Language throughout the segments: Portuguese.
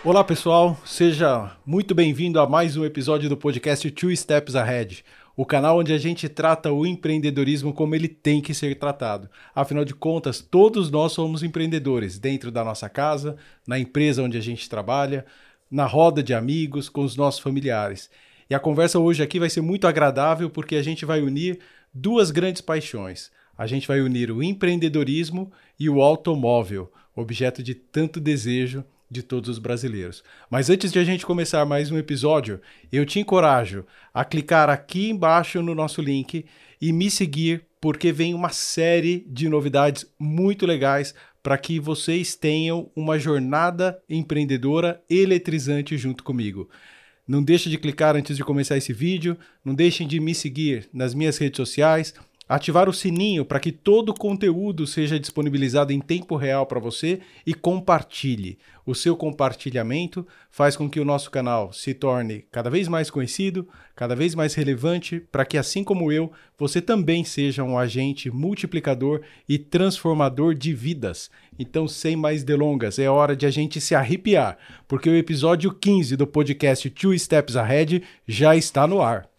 Olá pessoal, seja muito bem-vindo a mais um episódio do podcast Two Steps Ahead, o canal onde a gente trata o empreendedorismo como ele tem que ser tratado. Afinal de contas, todos nós somos empreendedores dentro da nossa casa, na empresa onde a gente trabalha, na roda de amigos, com os nossos familiares. E a conversa hoje aqui vai ser muito agradável porque a gente vai unir duas grandes paixões. A gente vai unir o empreendedorismo e o automóvel, objeto de tanto desejo de todos os brasileiros. Mas antes de a gente começar mais um episódio, eu te encorajo a clicar aqui embaixo no nosso link e me seguir, porque vem uma série de novidades muito legais para que vocês tenham uma jornada empreendedora eletrizante junto comigo. Não deixe de clicar antes de começar esse vídeo, não deixem de me seguir nas minhas redes sociais, ativar o sininho para que todo o conteúdo seja disponibilizado em tempo real para você e compartilhe. O seu compartilhamento faz com que o nosso canal se torne cada vez mais conhecido, cada vez mais relevante, para que, assim como eu, você também seja um agente multiplicador e transformador de vidas. Então, sem mais delongas, é hora de a gente se arrepiar, porque o episódio 15 do podcast Two Steps Ahead já está no ar.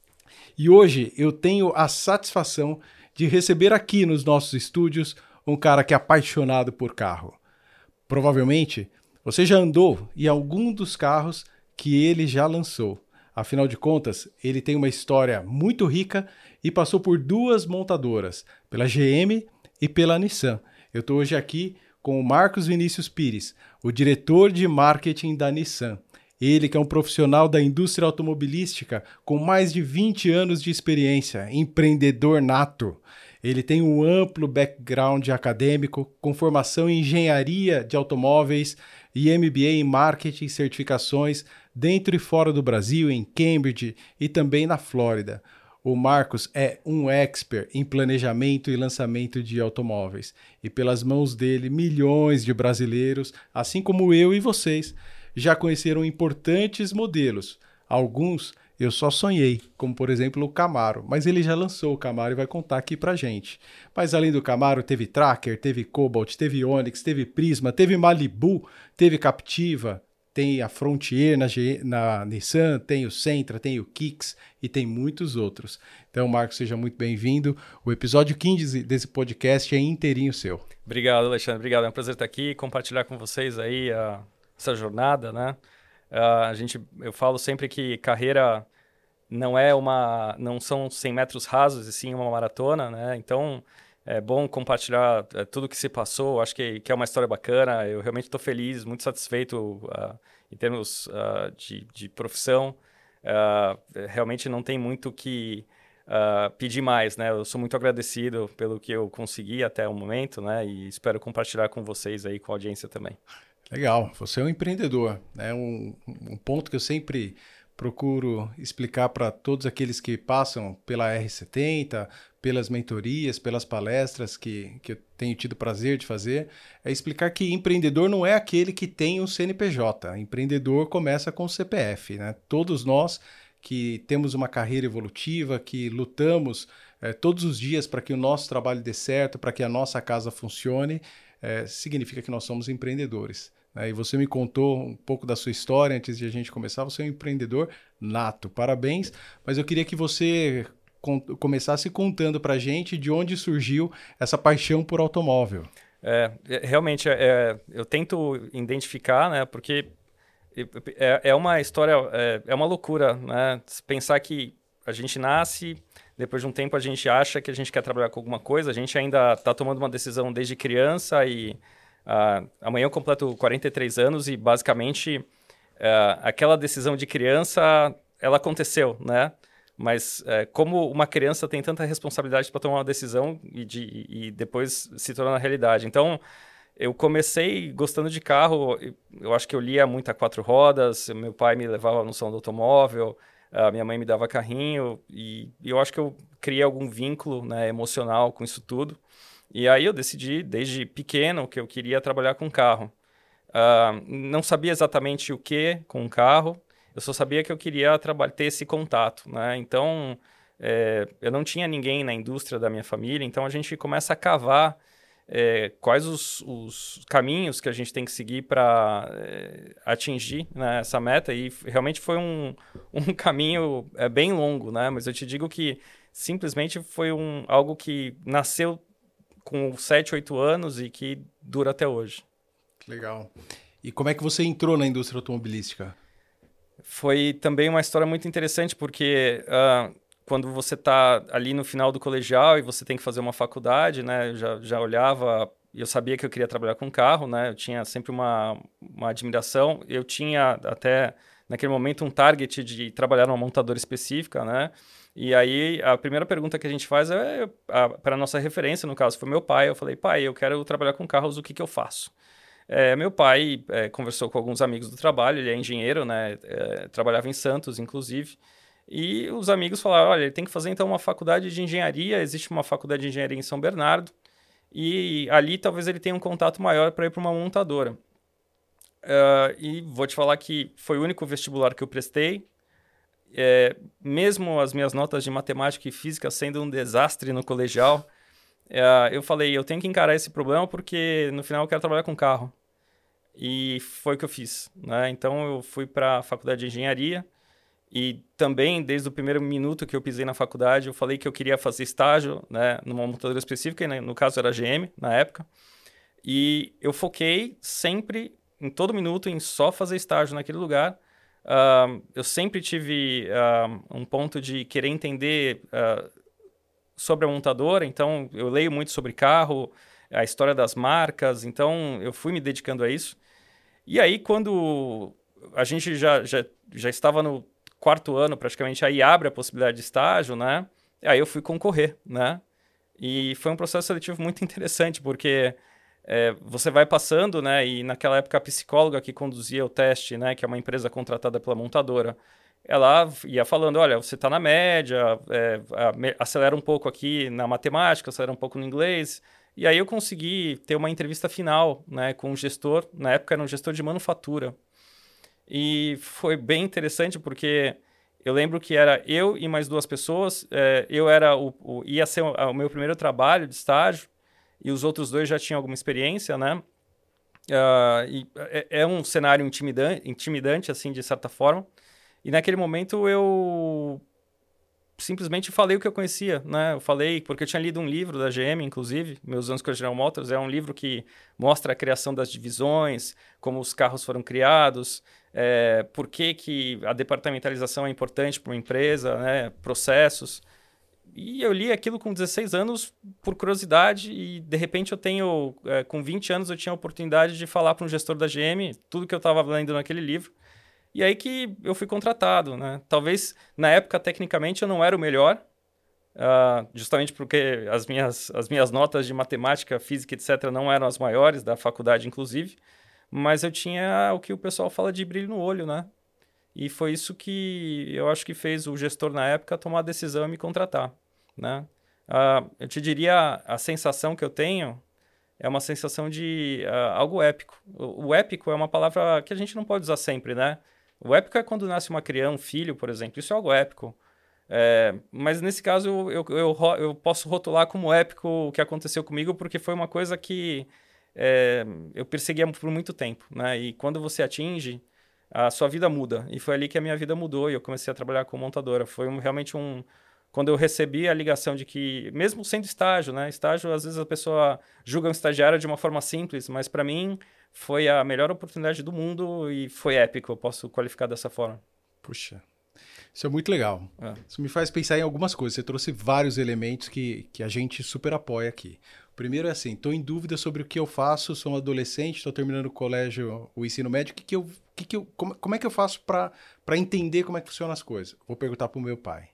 E hoje eu tenho a satisfação de receber aqui nos nossos estúdios um cara que é apaixonado por carro. Provavelmente você já andou em algum dos carros que ele já lançou. Afinal de contas, ele tem uma história muito rica e passou por duas montadoras, pela GM e pela Nissan. Eu estou hoje aqui com o Marcos Vinícius Pires, o diretor de marketing da Nissan. Ele que é um profissional da indústria automobilística com mais de 20 anos de experiência, empreendedor nato. Ele tem um amplo background acadêmico, com formação em engenharia de automóveis e MBA em marketing e certificações dentro e fora do Brasil, em Cambridge e também na Flórida. O Marcos é um expert em planejamento e lançamento de automóveis. E pelas mãos dele, milhões de brasileiros, assim como eu e vocês, já conheceram importantes modelos. Alguns eu só sonhei, como por exemplo o Camaro, mas ele já lançou o Camaro e vai contar aqui pra gente. Mas além do Camaro, teve Tracker, teve Cobalt, teve Onix, teve Prisma, teve Malibu, teve Captiva, tem a Frontier na Nissan, tem o Sentra, tem o Kicks e tem muitos outros. Então, Marcos, seja muito bem-vindo. O episódio 15 desse podcast é inteirinho seu. Obrigado, Alexandre. Obrigado. É um prazer estar aqui e compartilhar com vocês aí essa jornada, né? Eu falo sempre que carreira não são 100 metros rasos, e sim uma maratona, né? Então, é bom compartilhar tudo que se passou. Acho que é uma história bacana. Eu realmente estou feliz, muito satisfeito em termos de profissão. Realmente não tem muito o que pedir mais, né? Eu sou muito agradecido pelo que eu consegui até o momento, né? E espero compartilhar com vocês aí, com a audiência também. Legal, você é um empreendedor, né? Um ponto que eu sempre procuro explicar para todos aqueles que passam pela R70, pelas mentorias, pelas palestras que eu tenho tido prazer de fazer, é explicar que empreendedor não é aquele que tem um CNPJ. Empreendedor começa com o CPF, né? Todos nós que temos uma carreira evolutiva, que lutamos todos os dias para que o nosso trabalho dê certo, para que a nossa casa funcione, significa que nós somos empreendedores. E você me contou um pouco da sua história antes de a gente começar. Você é um empreendedor nato, parabéns, mas eu queria que você começasse contando para a gente de onde surgiu essa paixão por automóvel. Realmente, eu tento identificar, né, porque é uma história, é uma loucura, né, pensar que a gente nasce, depois de um tempo a gente acha que a gente quer trabalhar com alguma coisa, a gente ainda está tomando uma decisão desde criança e amanhã eu completo 43 anos e basicamente aquela decisão de criança, ela aconteceu, né? Mas como uma criança tem tanta responsabilidade para tomar uma decisão e depois se tornar realidade. Então, eu comecei gostando de carro, eu acho que eu lia muito a 4 rodas, meu pai me levava no salão do automóvel, minha mãe me dava carrinho e eu acho que eu criei algum vínculo, né, emocional com isso tudo. E aí eu decidi, desde pequeno, que eu queria trabalhar com carro. Não sabia exatamente o que com carro, eu só sabia que eu queria ter esse contato, né? Então, eu não tinha ninguém na indústria da minha família, então a gente começa a cavar quais os caminhos que a gente tem que seguir para atingir, né, essa meta. E realmente foi um caminho bem longo, né? Mas eu te digo que simplesmente foi algo que nasceu com 7, 8 anos e que dura até hoje. Legal. E como é que você entrou na indústria automobilística? Foi também uma história muito interessante, porque quando você está ali no final do colegial e você tem que fazer uma faculdade, né? Eu já olhava e eu sabia que eu queria trabalhar com carro, né? Eu tinha sempre uma admiração. Eu tinha até, naquele momento, um target de trabalhar numa montadora específica, né? E aí, a primeira pergunta que a gente faz para a nossa referência, no caso, foi meu pai. Eu falei, pai, eu quero trabalhar com carros, o que eu faço? Meu pai conversou com alguns amigos do trabalho, ele é engenheiro, né? Trabalhava em Santos, inclusive. E os amigos falaram, olha, ele tem que fazer então uma faculdade de engenharia, existe uma faculdade de engenharia em São Bernardo, e ali talvez ele tenha um contato maior para ir para uma montadora. E vou te falar que foi o único vestibular que eu prestei, mesmo as minhas notas de matemática e física sendo um desastre no colegial, eu falei, eu tenho que encarar esse problema porque no final eu quero trabalhar com carro. E foi o que eu fiz, né? Então eu fui para a faculdade de engenharia e também desde o primeiro minuto que eu pisei na faculdade eu falei que eu queria fazer estágio, né, numa montadora específica, e no caso era a GM na época. E eu foquei sempre, em todo minuto, em só fazer estágio naquele lugar. Eu sempre tive um ponto de querer entender sobre a montadora, então eu leio muito sobre carro, a história das marcas, então eu fui me dedicando a isso. E aí, quando a gente já estava no quarto ano, praticamente, aí abre a possibilidade de estágio, né? Aí eu fui concorrer, né? E foi um processo seletivo muito interessante, porque você vai passando, né? E naquela época a psicóloga que conduzia o teste, né? Que é uma empresa contratada pela montadora, ela ia falando, olha, você está na média, acelera um pouco aqui na matemática, acelera um pouco no inglês. E aí eu consegui ter uma entrevista final, né, com um gestor, na época era um gestor de manufatura. E foi bem interessante porque eu lembro que era eu e mais 2 pessoas, eu era ia ser o meu primeiro trabalho de estágio e os outros 2 já tinham alguma experiência, né? E é um cenário intimidante, assim, de certa forma. E naquele momento eu simplesmente falei o que eu conhecia, né? Eu falei, porque eu tinha lido um livro da GM, inclusive, Meus Anos com a General Motors, é um livro que mostra a criação das divisões, como os carros foram criados, por que a departamentalização é importante para uma empresa, né? Processos. E eu li aquilo com 16 anos por curiosidade e, de repente, com 20 anos, eu tinha a oportunidade de falar para um gestor da GM tudo que eu estava lendo naquele livro. E aí que eu fui contratado, né? Talvez, na época, tecnicamente, eu não era o melhor, justamente porque as minhas notas de matemática, física, etc., não eram as maiores da faculdade, inclusive, mas eu tinha o que o pessoal fala de brilho no olho, né? E foi isso que eu acho que fez o gestor, na época, tomar a decisão e me contratar, né? Eu te diria, a sensação que eu tenho é uma sensação de algo épico. O épico é uma palavra que a gente não pode usar sempre, né? O épico é quando nasce uma criança, um filho, por exemplo. Isso é algo épico. Mas nesse caso eu posso rotular como épico o que aconteceu comigo, porque foi uma coisa que eu perseguia por muito tempo, né? E quando você atinge, a sua vida muda. E foi ali que a minha vida mudou e eu comecei a trabalhar como montadora. Foi realmente quando eu recebi a ligação de que, mesmo sendo estágio, né? Estágio, às vezes a pessoa julga um estagiário de uma forma simples, mas para mim foi a melhor oportunidade do mundo e foi épico, eu posso qualificar dessa forma. Puxa, isso é muito legal. Isso me faz pensar em algumas coisas. Você trouxe vários elementos que a gente super apoia aqui. O primeiro é assim, estou em dúvida sobre o que eu faço, sou um adolescente, estou terminando o colégio, o ensino médio, como é que eu faço para entender como é que funcionam as coisas? Vou perguntar para o meu pai.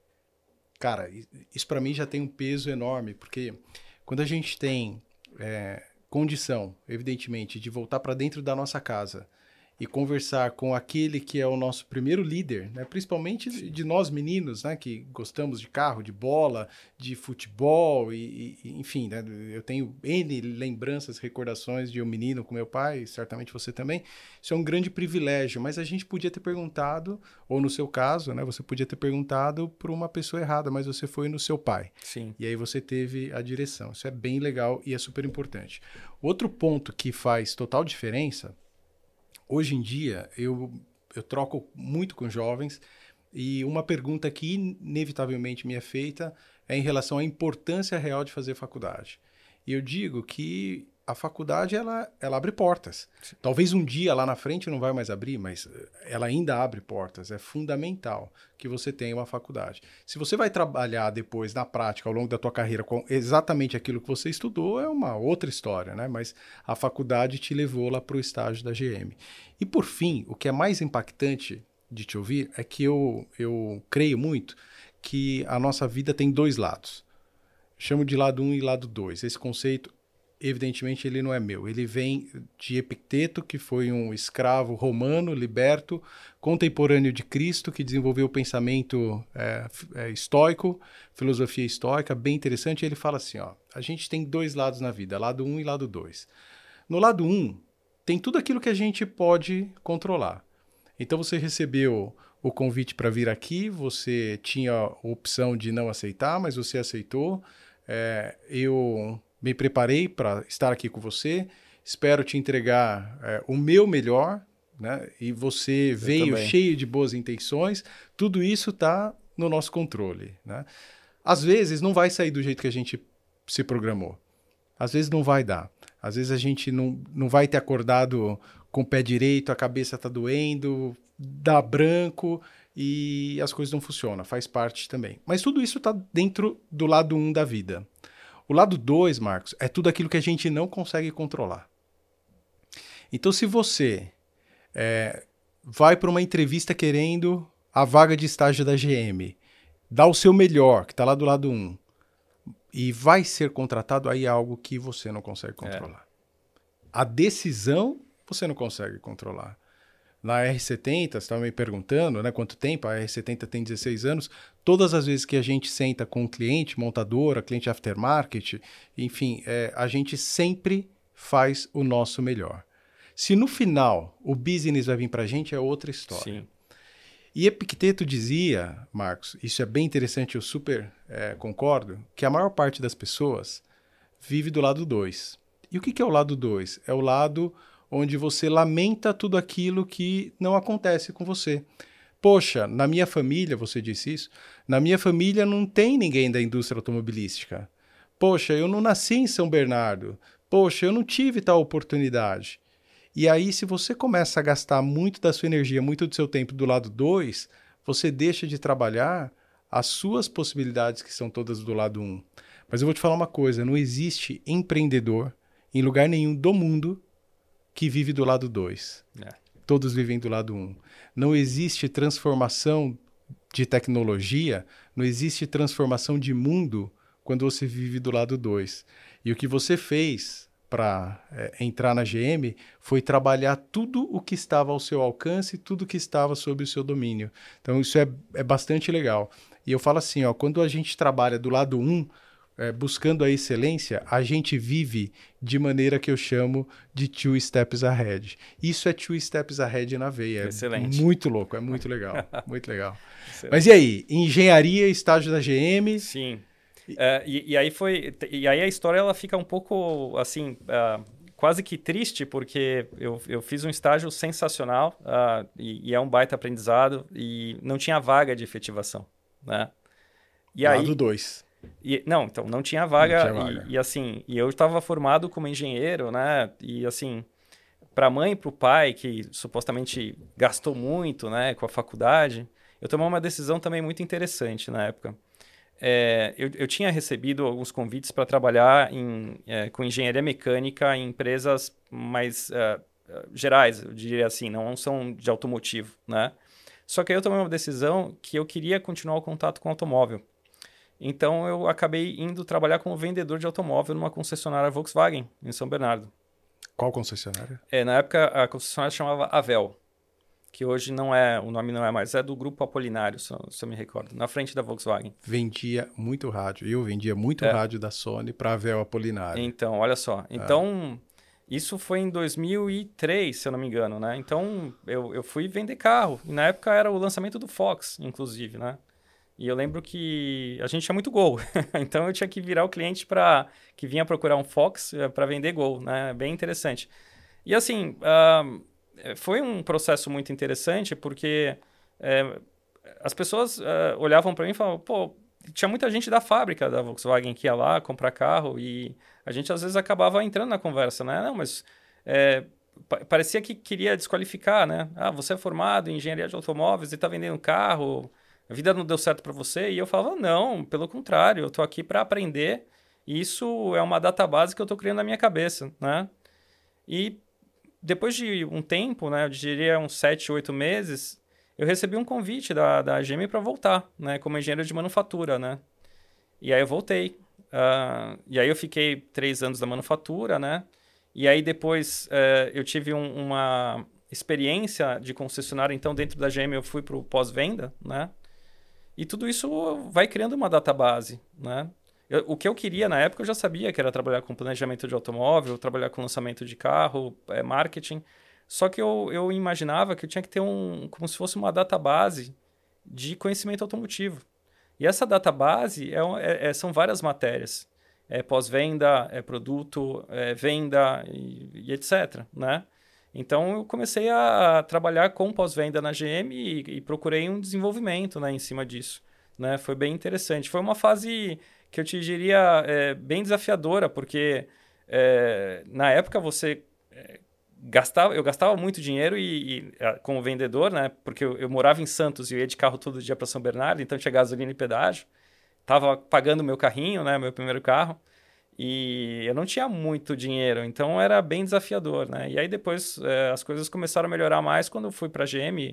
Cara, isso para mim já tem um peso enorme, porque quando a gente tem condição, evidentemente, de voltar para dentro da nossa casa e conversar com aquele que é o nosso primeiro líder, né? Principalmente de nós meninos, né? Que gostamos de carro, de bola, de futebol enfim, né? Eu tenho N lembranças, recordações de um menino com meu pai, certamente você também. Isso é um grande privilégio, mas a gente podia ter perguntado, ou no seu caso, né? Você podia ter perguntado por uma pessoa errada, mas você foi no seu pai. Sim. E aí você teve a direção. Isso é bem legal e é super importante. Outro ponto que faz total diferença, hoje em dia, eu troco muito com jovens e uma pergunta que inevitavelmente me é feita é em relação à importância real de fazer faculdade. E eu digo que a faculdade, ela abre portas. Sim. Talvez um dia lá na frente não vai mais abrir, mas ela ainda abre portas. É fundamental que você tenha uma faculdade. Se você vai trabalhar depois, na prática, ao longo da tua carreira, com exatamente aquilo que você estudou, é uma outra história, né? Mas a faculdade te levou lá para o estágio da GM. E, por fim, o que é mais impactante de te ouvir é que eu creio muito que a nossa vida tem dois lados. Chamo de lado 1 e lado 2. Esse conceito, evidentemente, ele não é meu. Ele vem de Epicteto, que foi um escravo romano, liberto, contemporâneo de Cristo, que desenvolveu o pensamento estoico, filosofia estoica, bem interessante. Ele fala assim, ó, a gente tem dois lados na vida, lado 1 e lado 2. No lado 1, tem tudo aquilo que a gente pode controlar. Então, você recebeu o convite para vir aqui, você tinha a opção de não aceitar, mas você aceitou. Eu me preparei para estar aqui com você, espero te entregar o meu melhor, né? E você veio cheio de boas intenções, tudo isso está no nosso controle, né? Às vezes não vai sair do jeito que a gente se programou, às vezes não vai dar, às vezes a gente não vai ter acordado com o pé direito, a cabeça está doendo, dá branco e as coisas não funcionam, faz parte também. Mas tudo isso está dentro do lado 1 da vida. O lado 2, Marcos, é tudo aquilo que a gente não consegue controlar. Então, se você vai para uma entrevista querendo a vaga de estágio da GM, dá o seu melhor, que está lá do lado 1, e vai ser contratado, aí é algo que você não consegue controlar. A decisão, você não consegue controlar. Na R70, você estava me perguntando, né, quanto tempo, a R70 tem 16 anos, todas as vezes que a gente senta com um cliente, montadora, cliente aftermarket, enfim, a gente sempre faz o nosso melhor. Se no final o business vai vir para a gente, é outra história. Sim. E Epicteto dizia, Marcos, isso é bem interessante, eu super concordo, que a maior parte das pessoas vive do lado 2. E o que é o lado 2? É o lado onde você lamenta tudo aquilo que não acontece com você. Poxa, na minha família, você disse isso, na minha família não tem ninguém da indústria automobilística. Poxa, eu não nasci em São Bernardo. Poxa, eu não tive tal oportunidade. E aí, se você começa a gastar muito da sua energia, muito do seu tempo do lado 2, você deixa de trabalhar as suas possibilidades que são todas do lado 1. Mas eu vou te falar uma coisa, não existe empreendedor em lugar nenhum do mundo que vive do lado 2. Todos vivem do lado 1. Não existe transformação de tecnologia, não existe transformação de mundo quando você vive do lado 2. E o que você fez para entrar na GM foi trabalhar tudo o que estava ao seu alcance, tudo que estava sob o seu domínio. Então isso é bastante legal. E eu falo assim, ó, quando a gente trabalha do lado 1, buscando a excelência, a gente vive de maneira que eu chamo de 2 steps ahead. Isso é 2 steps ahead na veia. Excelente. É muito louco, é muito legal. Muito legal. Mas e aí? Engenharia, estágio da GM? Sim. E aí a história ela fica um pouco assim, quase que triste, porque eu fiz um estágio sensacional e é um baita aprendizado e não tinha vaga de efetivação, né? E lado 2. Então, não tinha vaga. E eu estava formado como engenheiro, né? E assim, para a mãe e para o pai, que supostamente gastou muito, né, com a faculdade, eu tomei uma decisão também muito interessante na época. Eu tinha recebido alguns convites para trabalhar com engenharia mecânica em empresas mais gerais, eu diria assim, não são de automotivo, né? Só que aí eu tomei uma decisão que eu queria continuar o contato com o automóvel. Então, eu acabei indo trabalhar como vendedor de automóvel numa concessionária Volkswagen, em São Bernardo. Qual concessionária? Na época, a concessionária chamava Avel, que hoje não é, o nome não é mais, é do Grupo Apolinário, se eu me recordo, na frente da Volkswagen. Vendia muito rádio. Eu vendia muito rádio da Sony para a Avel Apolinário. Então, olha só. Então, isso foi em 2003, se eu não me engano, né? Então, eu fui vender carro. E na época era o lançamento do Fox, inclusive, né? E eu lembro que a gente tinha muito Gol. Então, eu tinha que virar o cliente que vinha procurar um Fox para vender Gol, né? Bem interessante. E assim, foi um processo muito interessante porque as pessoas olhavam para mim e falavam, pô, tinha muita gente da fábrica da Volkswagen que ia lá comprar carro e a gente às vezes acabava entrando na conversa, né? Não, mas parecia que queria desqualificar, né? Ah, você é formado em engenharia de automóveis e está vendendo carro, a vida não deu certo para você. E eu falava, não, pelo contrário, eu estou aqui para aprender e isso é uma database que eu estou criando na minha cabeça, né? E depois de um tempo, né, eu diria uns 7, 8 meses, eu recebi um convite da GM para voltar, né, como engenheiro de manufatura, né? E aí eu voltei. E aí eu fiquei 3 anos na manufatura, né? E aí depois eu tive uma experiência de concessionária, então dentro da GM eu fui para o pós-venda, né? E tudo isso vai criando uma database, né? O que eu queria na época eu já sabia que era trabalhar com planejamento de automóvel, trabalhar com lançamento de carro, marketing. Só que eu imaginava que eu tinha que ter como se fosse uma database de conhecimento automotivo. E essa database são várias matérias. É pós-venda, é produto, é venda e etc, né? Então, eu comecei a trabalhar com pós-venda na GM e procurei um desenvolvimento, né, em cima disso, né? Foi bem interessante. Foi uma fase que eu te diria bem desafiadora, porque na época eu gastava muito dinheiro como vendedor, né? Porque eu morava em Santos e eu ia de carro todo dia para São Bernardo, então tinha gasolina e pedágio. Tava pagando meu carrinho, né? Meu primeiro carro. E eu não tinha muito dinheiro, então era bem desafiador, né? E aí depois as coisas começaram a melhorar mais quando eu fui para a GM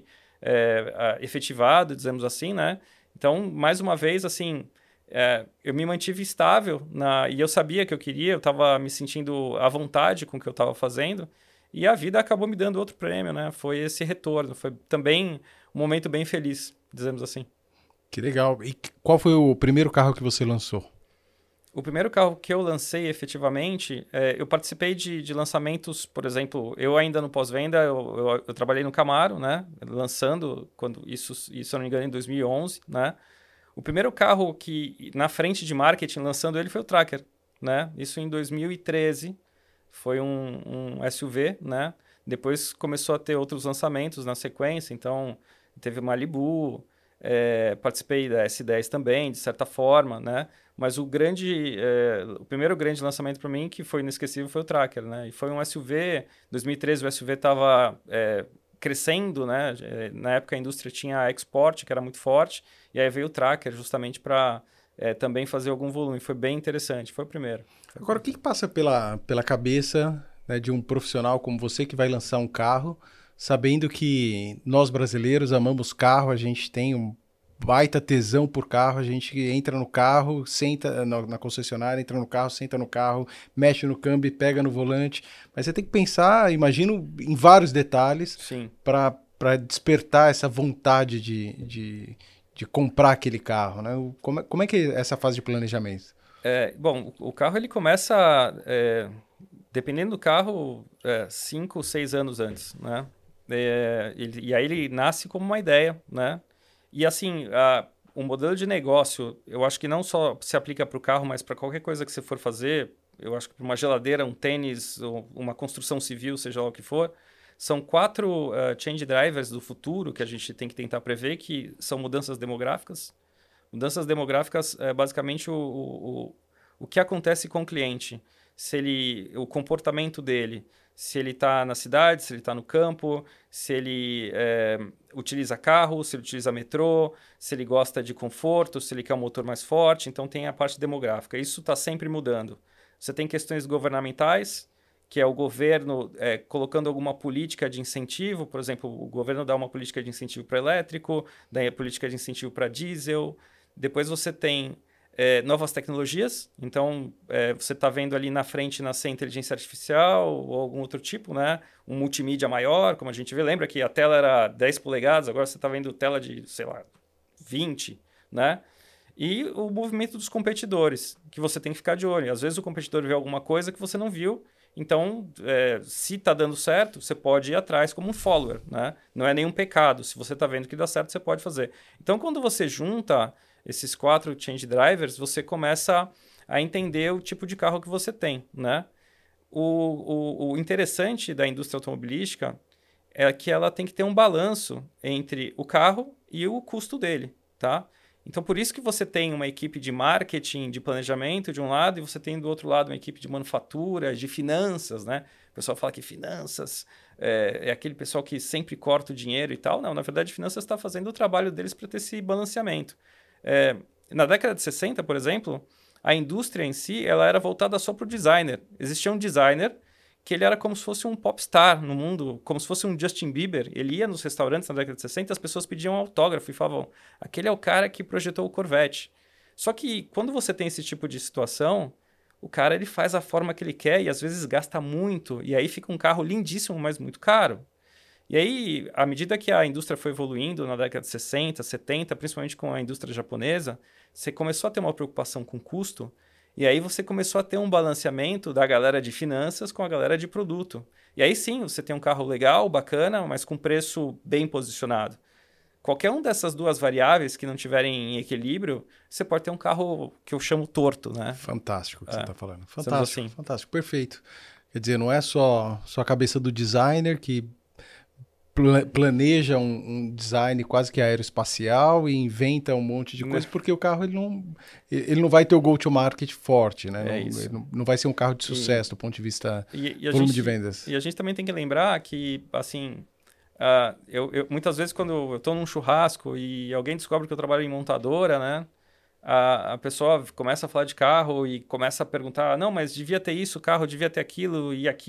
efetivado, dizemos assim, né? Então, mais uma vez, assim, eu me mantive estável e eu sabia que eu queria, eu estava me sentindo à vontade com o que eu estava fazendo e a vida acabou me dando outro prêmio, né? Foi esse retorno, foi também um momento bem feliz, dizemos assim. Que legal. E qual foi o primeiro carro que você lançou? O primeiro carro que eu lancei efetivamente, eu participei de lançamentos, por exemplo, eu ainda no pós-venda, eu trabalhei no Camaro, né? Lançando, isso eu não me engano, em 2011, né? O primeiro carro que, na frente de marketing, lançando ele foi o Tracker, né? Isso em 2013, foi um SUV, né? Depois começou a ter outros lançamentos na sequência, então teve o Malibu, participei da S10 também, de certa forma, né? Mas o primeiro grande lançamento para mim, que foi inesquecível, foi o Tracker, né? E foi um SUV, 2013 o SUV estava crescendo, né? Na época a indústria tinha a Export, que era muito forte, e aí veio o Tracker justamente para também fazer algum volume. Foi bem interessante, foi o primeiro. Agora, o que passa pela cabeça, né, de um profissional como você que vai lançar um carro, sabendo que nós brasileiros amamos carro, a gente tem um baita tesão por carro, a gente entra no carro, senta na concessionária, entra no carro, senta no carro, mexe no câmbio, pega no volante, mas você tem que pensar, imagino, em vários detalhes para despertar essa vontade de comprar aquele carro, né? Como é que é essa fase de planejamento? Bom, o carro ele começa, dependendo do carro, 5, 6 anos antes, né? E aí ele nasce como uma ideia, né? E assim, o modelo de negócio, eu acho que não só se aplica para o carro, mas para qualquer coisa que você for fazer, eu acho que para uma geladeira, um tênis, uma construção civil, seja lá o que for, são 4 change drivers do futuro que a gente tem que tentar prever, que são mudanças demográficas. Mudanças demográficas é basicamente o que acontece com o cliente, o comportamento dele, se ele está na cidade, se ele está no campo, se ele utiliza carro, se ele utiliza metrô, se ele gosta de conforto, se ele quer um motor mais forte. Então, tem a parte demográfica. Isso está sempre mudando. Você tem questões governamentais, que é o governo colocando alguma política de incentivo. Por exemplo, o governo dá uma política de incentivo para elétrico, dá a política de incentivo para diesel. Depois você tem novas tecnologias. Então, você está vendo ali na frente nascer inteligência artificial ou algum outro tipo, né? Um multimídia maior, como a gente vê. Lembra que a tela era 10 polegadas, agora você está vendo tela de, sei lá, 20, né? E o movimento dos competidores, que você tem que ficar de olho. Às vezes o competidor vê alguma coisa que você não viu, então, se está dando certo, você pode ir atrás como um follower, né? Não é nenhum pecado. Se você está vendo que dá certo, você pode fazer. Então, quando você junta esses 4 change drivers, você começa a entender o tipo de carro que você tem, né? O interessante da indústria automobilística é que ela tem que ter um balanço entre o carro e o custo dele, tá? Então, por isso que você tem uma equipe de marketing, de planejamento de um lado, e você tem do outro lado uma equipe de manufatura, de finanças, né? O pessoal fala que finanças é aquele pessoal que sempre corta o dinheiro e tal. Não, na verdade, finanças está fazendo o trabalho deles para ter esse balanceamento. Na década de 60, por exemplo, a indústria em si ela era voltada só para o designer. Existia um designer que ele era como se fosse um popstar no mundo, como se fosse um Justin Bieber. Ele ia nos restaurantes na década de 60, as pessoas pediam autógrafo e falavam, aquele é o cara que projetou o Corvette. Só que quando você tem esse tipo de situação, o cara ele faz a forma que ele quer e às vezes gasta muito, e aí fica um carro lindíssimo, mas muito caro. E aí, à medida que a indústria foi evoluindo na década de 60, 70, principalmente com a indústria japonesa, você começou a ter uma preocupação com custo, e aí você começou a ter um balanceamento da galera de finanças com a galera de produto. E aí sim, você tem um carro legal, bacana, mas com preço bem posicionado. Qualquer uma dessas duas variáveis que não tiverem em equilíbrio, você pode ter um carro que eu chamo torto, né? Fantástico o que você está falando. Fantástico, assim. Fantástico, perfeito. Quer dizer, não é só a cabeça do designer que planeja um design quase que aeroespacial e inventa um monte de coisa, porque o carro ele não vai ter o go-to-market forte, né? Ele não vai ser um carro de sucesso do ponto de vista volume de vendas. E a gente também tem que lembrar que, assim, eu muitas vezes quando eu estou num churrasco e alguém descobre que eu trabalho em montadora, né? A pessoa começa a falar de carro e começa a perguntar, não, mas devia ter isso, o carro devia ter aquilo,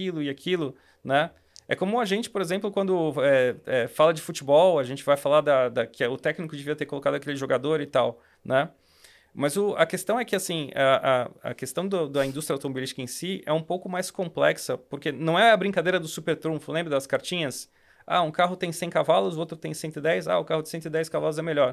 né? É como a gente, por exemplo, quando fala de futebol, a gente vai falar que o técnico devia ter colocado aquele jogador e tal, né? Mas a questão é que, assim, a questão da indústria automobilística em si é um pouco mais complexa, porque não é a brincadeira do super trunfo, lembra das cartinhas? Um carro tem 100 cavalos, o outro tem 110, o carro de 110 cavalos é melhor.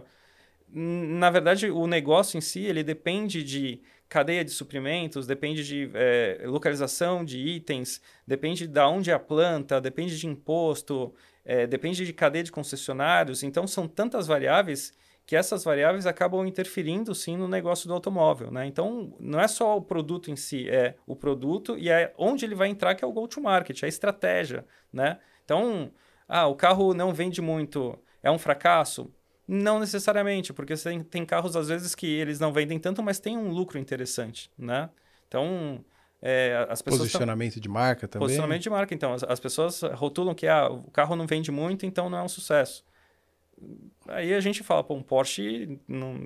Na verdade, o negócio em si, ele depende de cadeia de suprimentos, depende de localização de itens, depende de onde é a planta, depende de imposto, depende de cadeia de concessionários. Então, são tantas variáveis que essas variáveis acabam interferindo, sim, no negócio do automóvel, né? Então, não é só o produto em si, é o produto e é onde ele vai entrar, que é o go-to-market, é a estratégia, né? Então, o carro não vende muito, é um fracasso? Não necessariamente, porque você tem carros, às vezes, que eles não vendem tanto, mas tem um lucro interessante, né? Então, as pessoas... Posicionamento de marca também? Posicionamento de marca, então. As pessoas rotulam que o carro não vende muito, então não é um sucesso. Aí a gente fala, um Porsche,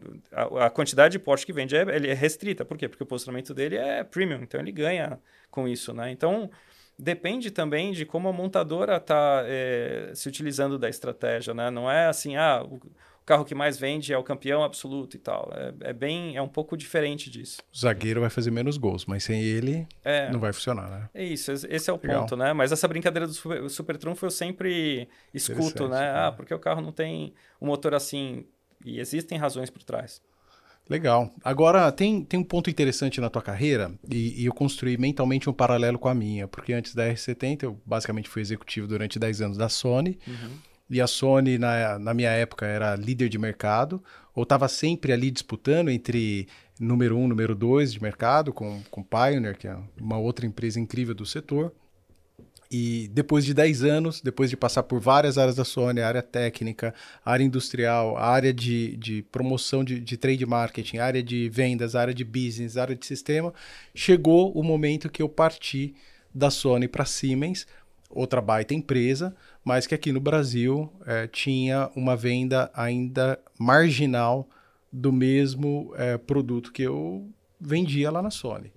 a quantidade de Porsche que vende ele é restrita. Por quê? Porque o posicionamento dele é premium, então ele ganha com isso, né? Então, depende também de como a montadora está se utilizando da estratégia, né? Não é assim, o carro que mais vende é o campeão absoluto e tal. É um pouco diferente disso. O zagueiro vai fazer menos gols, mas sem ele não vai funcionar, né? É isso, esse é o ponto, né? Mas essa brincadeira do super trunfo eu sempre escuto, né? Porque o carro não tem um motor assim, e existem razões por trás. Legal. Agora, tem um ponto interessante na tua carreira, e eu construí mentalmente um paralelo com a minha, porque antes da R70 eu basicamente fui executivo durante 10 anos da Sony, e a Sony, na minha época, era líder de mercado, ou estava sempre ali disputando entre número 1, número 2 de mercado, com Pioneer, que é uma outra empresa incrível do setor. E depois de 10 anos, depois de passar por várias áreas da Sony, a área técnica, a área industrial, a área de promoção de trade marketing, a área de vendas, a área de business, a área de sistema, chegou o momento que eu parti da Sony para Siemens, outra baita empresa, mas que aqui no Brasil tinha uma venda ainda marginal do mesmo produto que eu vendia lá na Sony.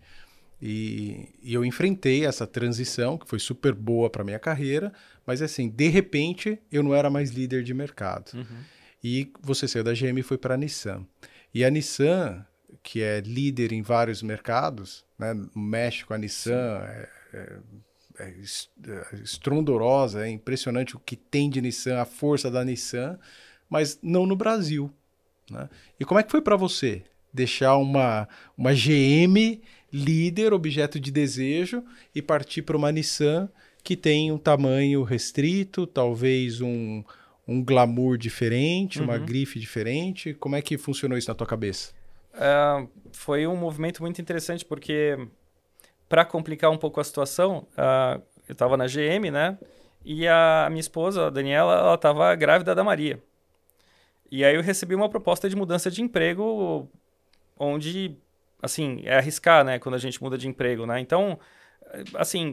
E eu enfrentei essa transição, que foi super boa para minha carreira, mas assim, de repente, eu não era mais líder de mercado. E você saiu da GM e foi para a Nissan. E a Nissan, que é líder em vários mercados, né? No México, a Nissan é estrondorosa, é impressionante o que tem de Nissan, a força da Nissan, mas não no Brasil, né? E como é que foi para você deixar uma GM líder, objeto de desejo, e partir para uma Nissan que tem um tamanho restrito, talvez um glamour diferente, uma grife diferente? Como é que funcionou isso na tua cabeça? Foi um movimento muito interessante, porque para complicar um pouco a situação, eu estava na GM, né? E a minha esposa, a Daniela, ela estava grávida da Maria. E aí eu recebi uma proposta de mudança de emprego, onde, assim, é arriscar, né? Quando a gente muda de emprego, né? Então, assim,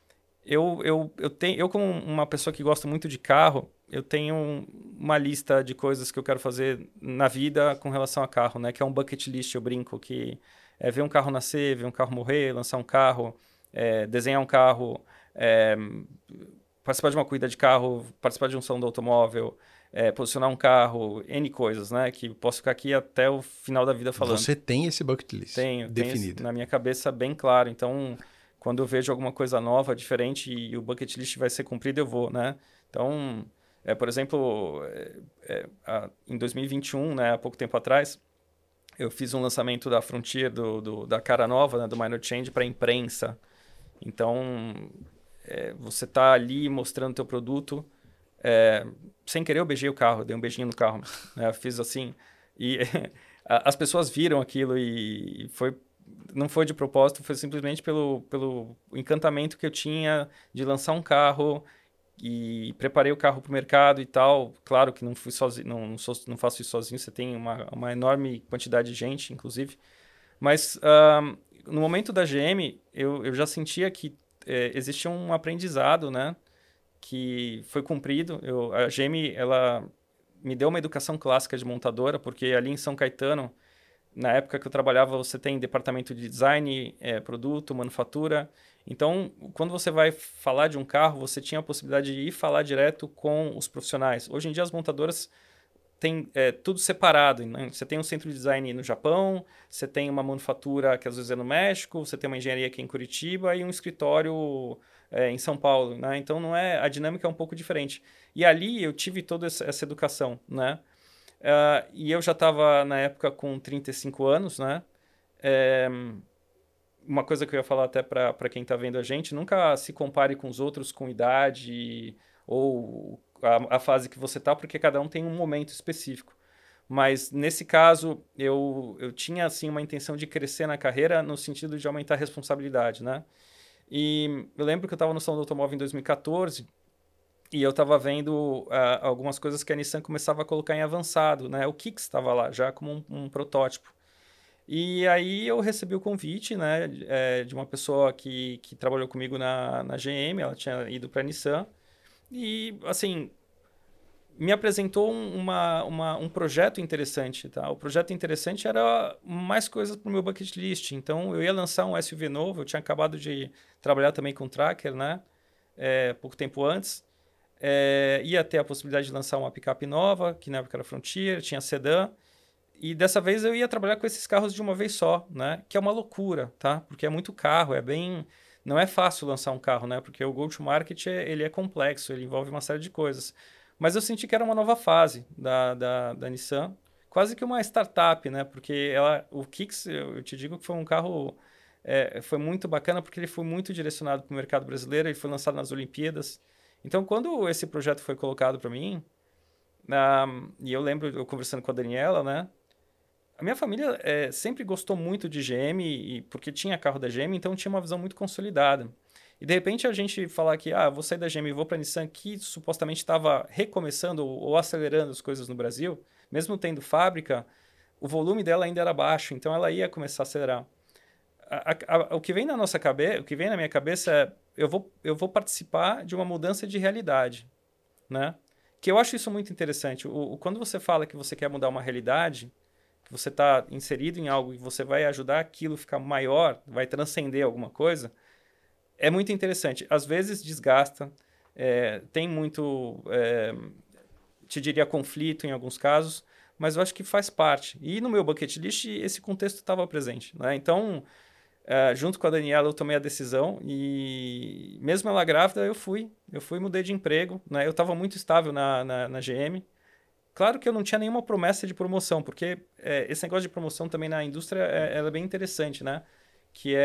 eu como uma pessoa que gosta muito de carro, eu tenho uma lista de coisas que eu quero fazer na vida com relação a carro, né? Que é um bucket list, eu brinco, que é ver um carro nascer, ver um carro morrer, lançar um carro, desenhar um carro, participar de uma corrida de carro, participar de um salão do automóvel, posicionar um carro, N coisas, né? Que posso ficar aqui até o final da vida falando. Você tem esse bucket list definido? Tenho na minha cabeça bem claro. Então, quando eu vejo alguma coisa nova, diferente, e o bucket list vai ser cumprido, eu vou, né? Então, por exemplo, em 2021, né, há pouco tempo atrás, eu fiz um lançamento da Frontier, da cara nova, né, do Minor Change, para a imprensa. Então, você tá ali mostrando teu produto. Sem querer, eu beijei o carro, dei um beijinho no carro. Né, eu fiz assim. E as pessoas viram aquilo e não foi de propósito, foi simplesmente pelo encantamento que eu tinha de lançar um carro, e preparei o carro para o mercado e tal. Claro que não fui sozinho, não faço isso sozinho, você tem uma enorme quantidade de gente, inclusive. Mas no momento da GM, eu já sentia que existia um aprendizado, né, que foi cumprido. A GM, ela me deu uma educação clássica de montadora, porque ali em São Caetano, na época que eu trabalhava, você tem departamento de design, produto, manufatura. Então, quando você vai falar de um carro, você tinha a possibilidade de ir falar direto com os profissionais. Hoje em dia, as montadoras têm tudo separado, né? Você tem um centro de design no Japão, você tem uma manufatura que às vezes é no México, você tem uma engenharia aqui em Curitiba e um escritório em São Paulo, né? Então, a dinâmica é um pouco diferente. E ali eu tive toda essa educação, né? E eu já estava, na época, com 35 anos, né? Uma coisa que eu ia falar até para quem está vendo a gente, nunca se compare com os outros com idade ou a fase que você está, porque cada um tem um momento específico. Mas, nesse caso, eu tinha, assim, uma intenção de crescer na carreira no sentido de aumentar a responsabilidade, né? E eu lembro que eu estava no Salão do Automóvel em 2014 e eu estava vendo algumas coisas que a Nissan começava a colocar em avançado, né? O Kicks estava lá já como um protótipo. E aí eu recebi o convite, né, de uma pessoa que trabalhou comigo na GM, ela tinha ido para a Nissan, e, assim, me apresentou um projeto interessante, tá? O projeto interessante era mais coisas para o meu bucket list. Então, eu ia lançar um SUV novo, eu tinha acabado de trabalhar também com Tracker, né, pouco tempo antes. Ia ter a possibilidade de lançar uma picape nova, que na época era Frontier, tinha sedã. E dessa vez eu ia trabalhar com esses carros de uma vez só, né? Que é uma loucura, tá? Porque é muito carro, não é fácil lançar um carro, né? Porque o go-to-market, ele é complexo, ele envolve uma série de coisas. Mas eu senti que era uma nova fase da Nissan, quase que uma startup, né? Porque o Kicks, eu te digo que foi um carro... foi muito bacana porque ele foi muito direcionado para o mercado brasileiro, ele foi lançado nas Olimpíadas. Então, quando esse projeto foi colocado para mim, e eu lembro eu conversando com a Daniela, né? A minha família sempre gostou muito de GM, porque tinha carro da GM, então tinha uma visão muito consolidada. E de repente a gente falar que, vou sair da GM e vou para a Nissan, que supostamente estava recomeçando ou acelerando as coisas no Brasil, mesmo tendo fábrica, o volume dela ainda era baixo, então ela ia começar a acelerar. O que vem na nossa cabeça, o que vem na minha cabeça é, eu vou participar de uma mudança de realidade, né? Que eu acho isso muito interessante. Quando você fala que você quer mudar uma realidade, que você está inserido em algo e você vai ajudar aquilo a ficar maior, vai transcender alguma coisa, é muito interessante. Às vezes desgasta, tem muito, te diria, conflito em alguns casos, mas eu acho que faz parte. E no meu bucket list esse contexto estava presente, né? Então, junto com a Daniela, eu tomei a decisão e mesmo ela grávida, eu fui e mudei de emprego, né? Eu estava muito estável na GM. Claro que eu não tinha nenhuma promessa de promoção, porque esse negócio de promoção também na indústria ela é bem interessante, né? Que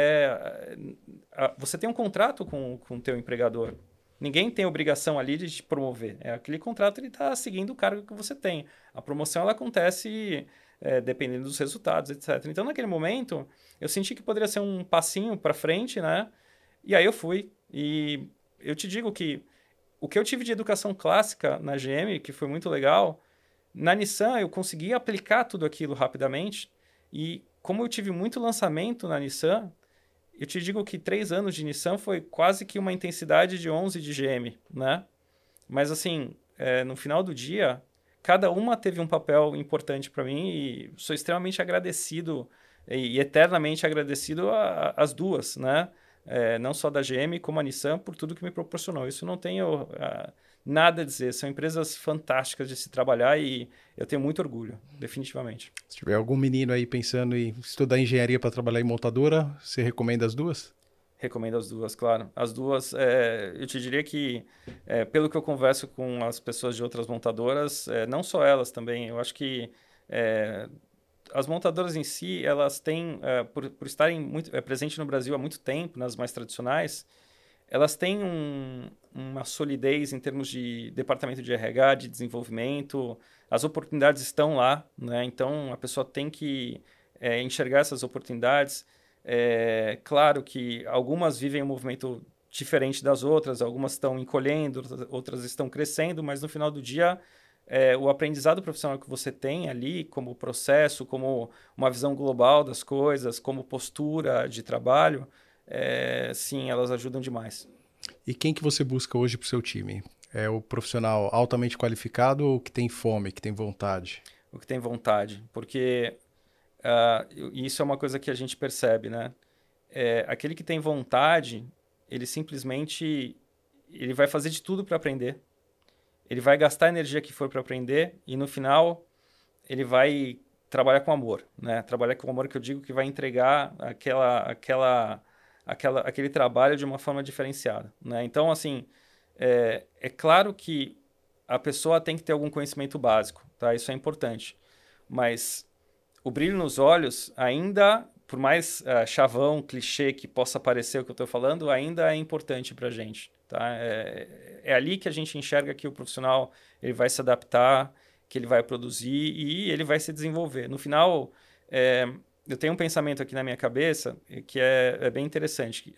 você tem um contrato com o teu empregador. Ninguém tem obrigação ali de te promover. Aquele contrato ele está seguindo o cargo que você tem. A promoção ela acontece dependendo dos resultados, etc. Então, naquele momento, eu senti que poderia ser um passinho para frente, né? E aí eu fui. E eu te digo que o que eu tive de educação clássica na GM, que foi muito legal, na Nissan eu consegui aplicar tudo aquilo rapidamente. E como eu tive muito lançamento na Nissan, eu te digo que 3 anos de Nissan foi quase que uma intensidade de 11 de GM, né? Mas assim, no final do dia, cada uma teve um papel importante para mim e sou extremamente agradecido e eternamente agradecido às duas, né? Não só da GM como a Nissan por tudo que me proporcionou. Isso não tenho nada a dizer. São empresas fantásticas de se trabalhar e eu tenho muito orgulho, definitivamente. Se tiver algum menino aí pensando em estudar engenharia para trabalhar em montadora, você recomenda as duas? Recomendo as duas, claro. As duas, eu te diria que, pelo que eu converso com as pessoas de outras montadoras, não só elas também, eu acho que as montadoras em si, elas têm, por estarem muito presentes no Brasil há muito tempo, nas mais tradicionais, elas têm uma solidez em termos de departamento de RH, de desenvolvimento, as oportunidades estão lá, né? Então, a pessoa tem que enxergar essas oportunidades. Claro que algumas vivem um movimento diferente das outras, algumas estão encolhendo, outras estão crescendo, mas no final do dia, o aprendizado profissional que você tem ali, como processo, como uma visão global das coisas, como postura de trabalho, sim, elas ajudam demais. E quem que você busca hoje para o seu time? É o profissional altamente qualificado ou que tem fome, que tem vontade? O que tem vontade, porque isso é uma coisa que a gente percebe, né? Aquele que tem vontade, ele simplesmente ele vai fazer de tudo para aprender. Ele vai gastar a energia que for para aprender e no final ele vai trabalhar com amor, né? Trabalhar com amor que eu digo que vai entregar aquele trabalho de uma forma diferenciada, né? Então, assim, é claro que a pessoa tem que ter algum conhecimento básico, tá? Isso é importante. Mas o brilho nos olhos ainda, por mais chavão, clichê que possa parecer o que eu estou falando, ainda é importante para a gente. Tá? É ali que a gente enxerga que o profissional ele vai se adaptar, que ele vai produzir e ele vai se desenvolver. No final, eu tenho um pensamento aqui na minha cabeça que é bem interessante.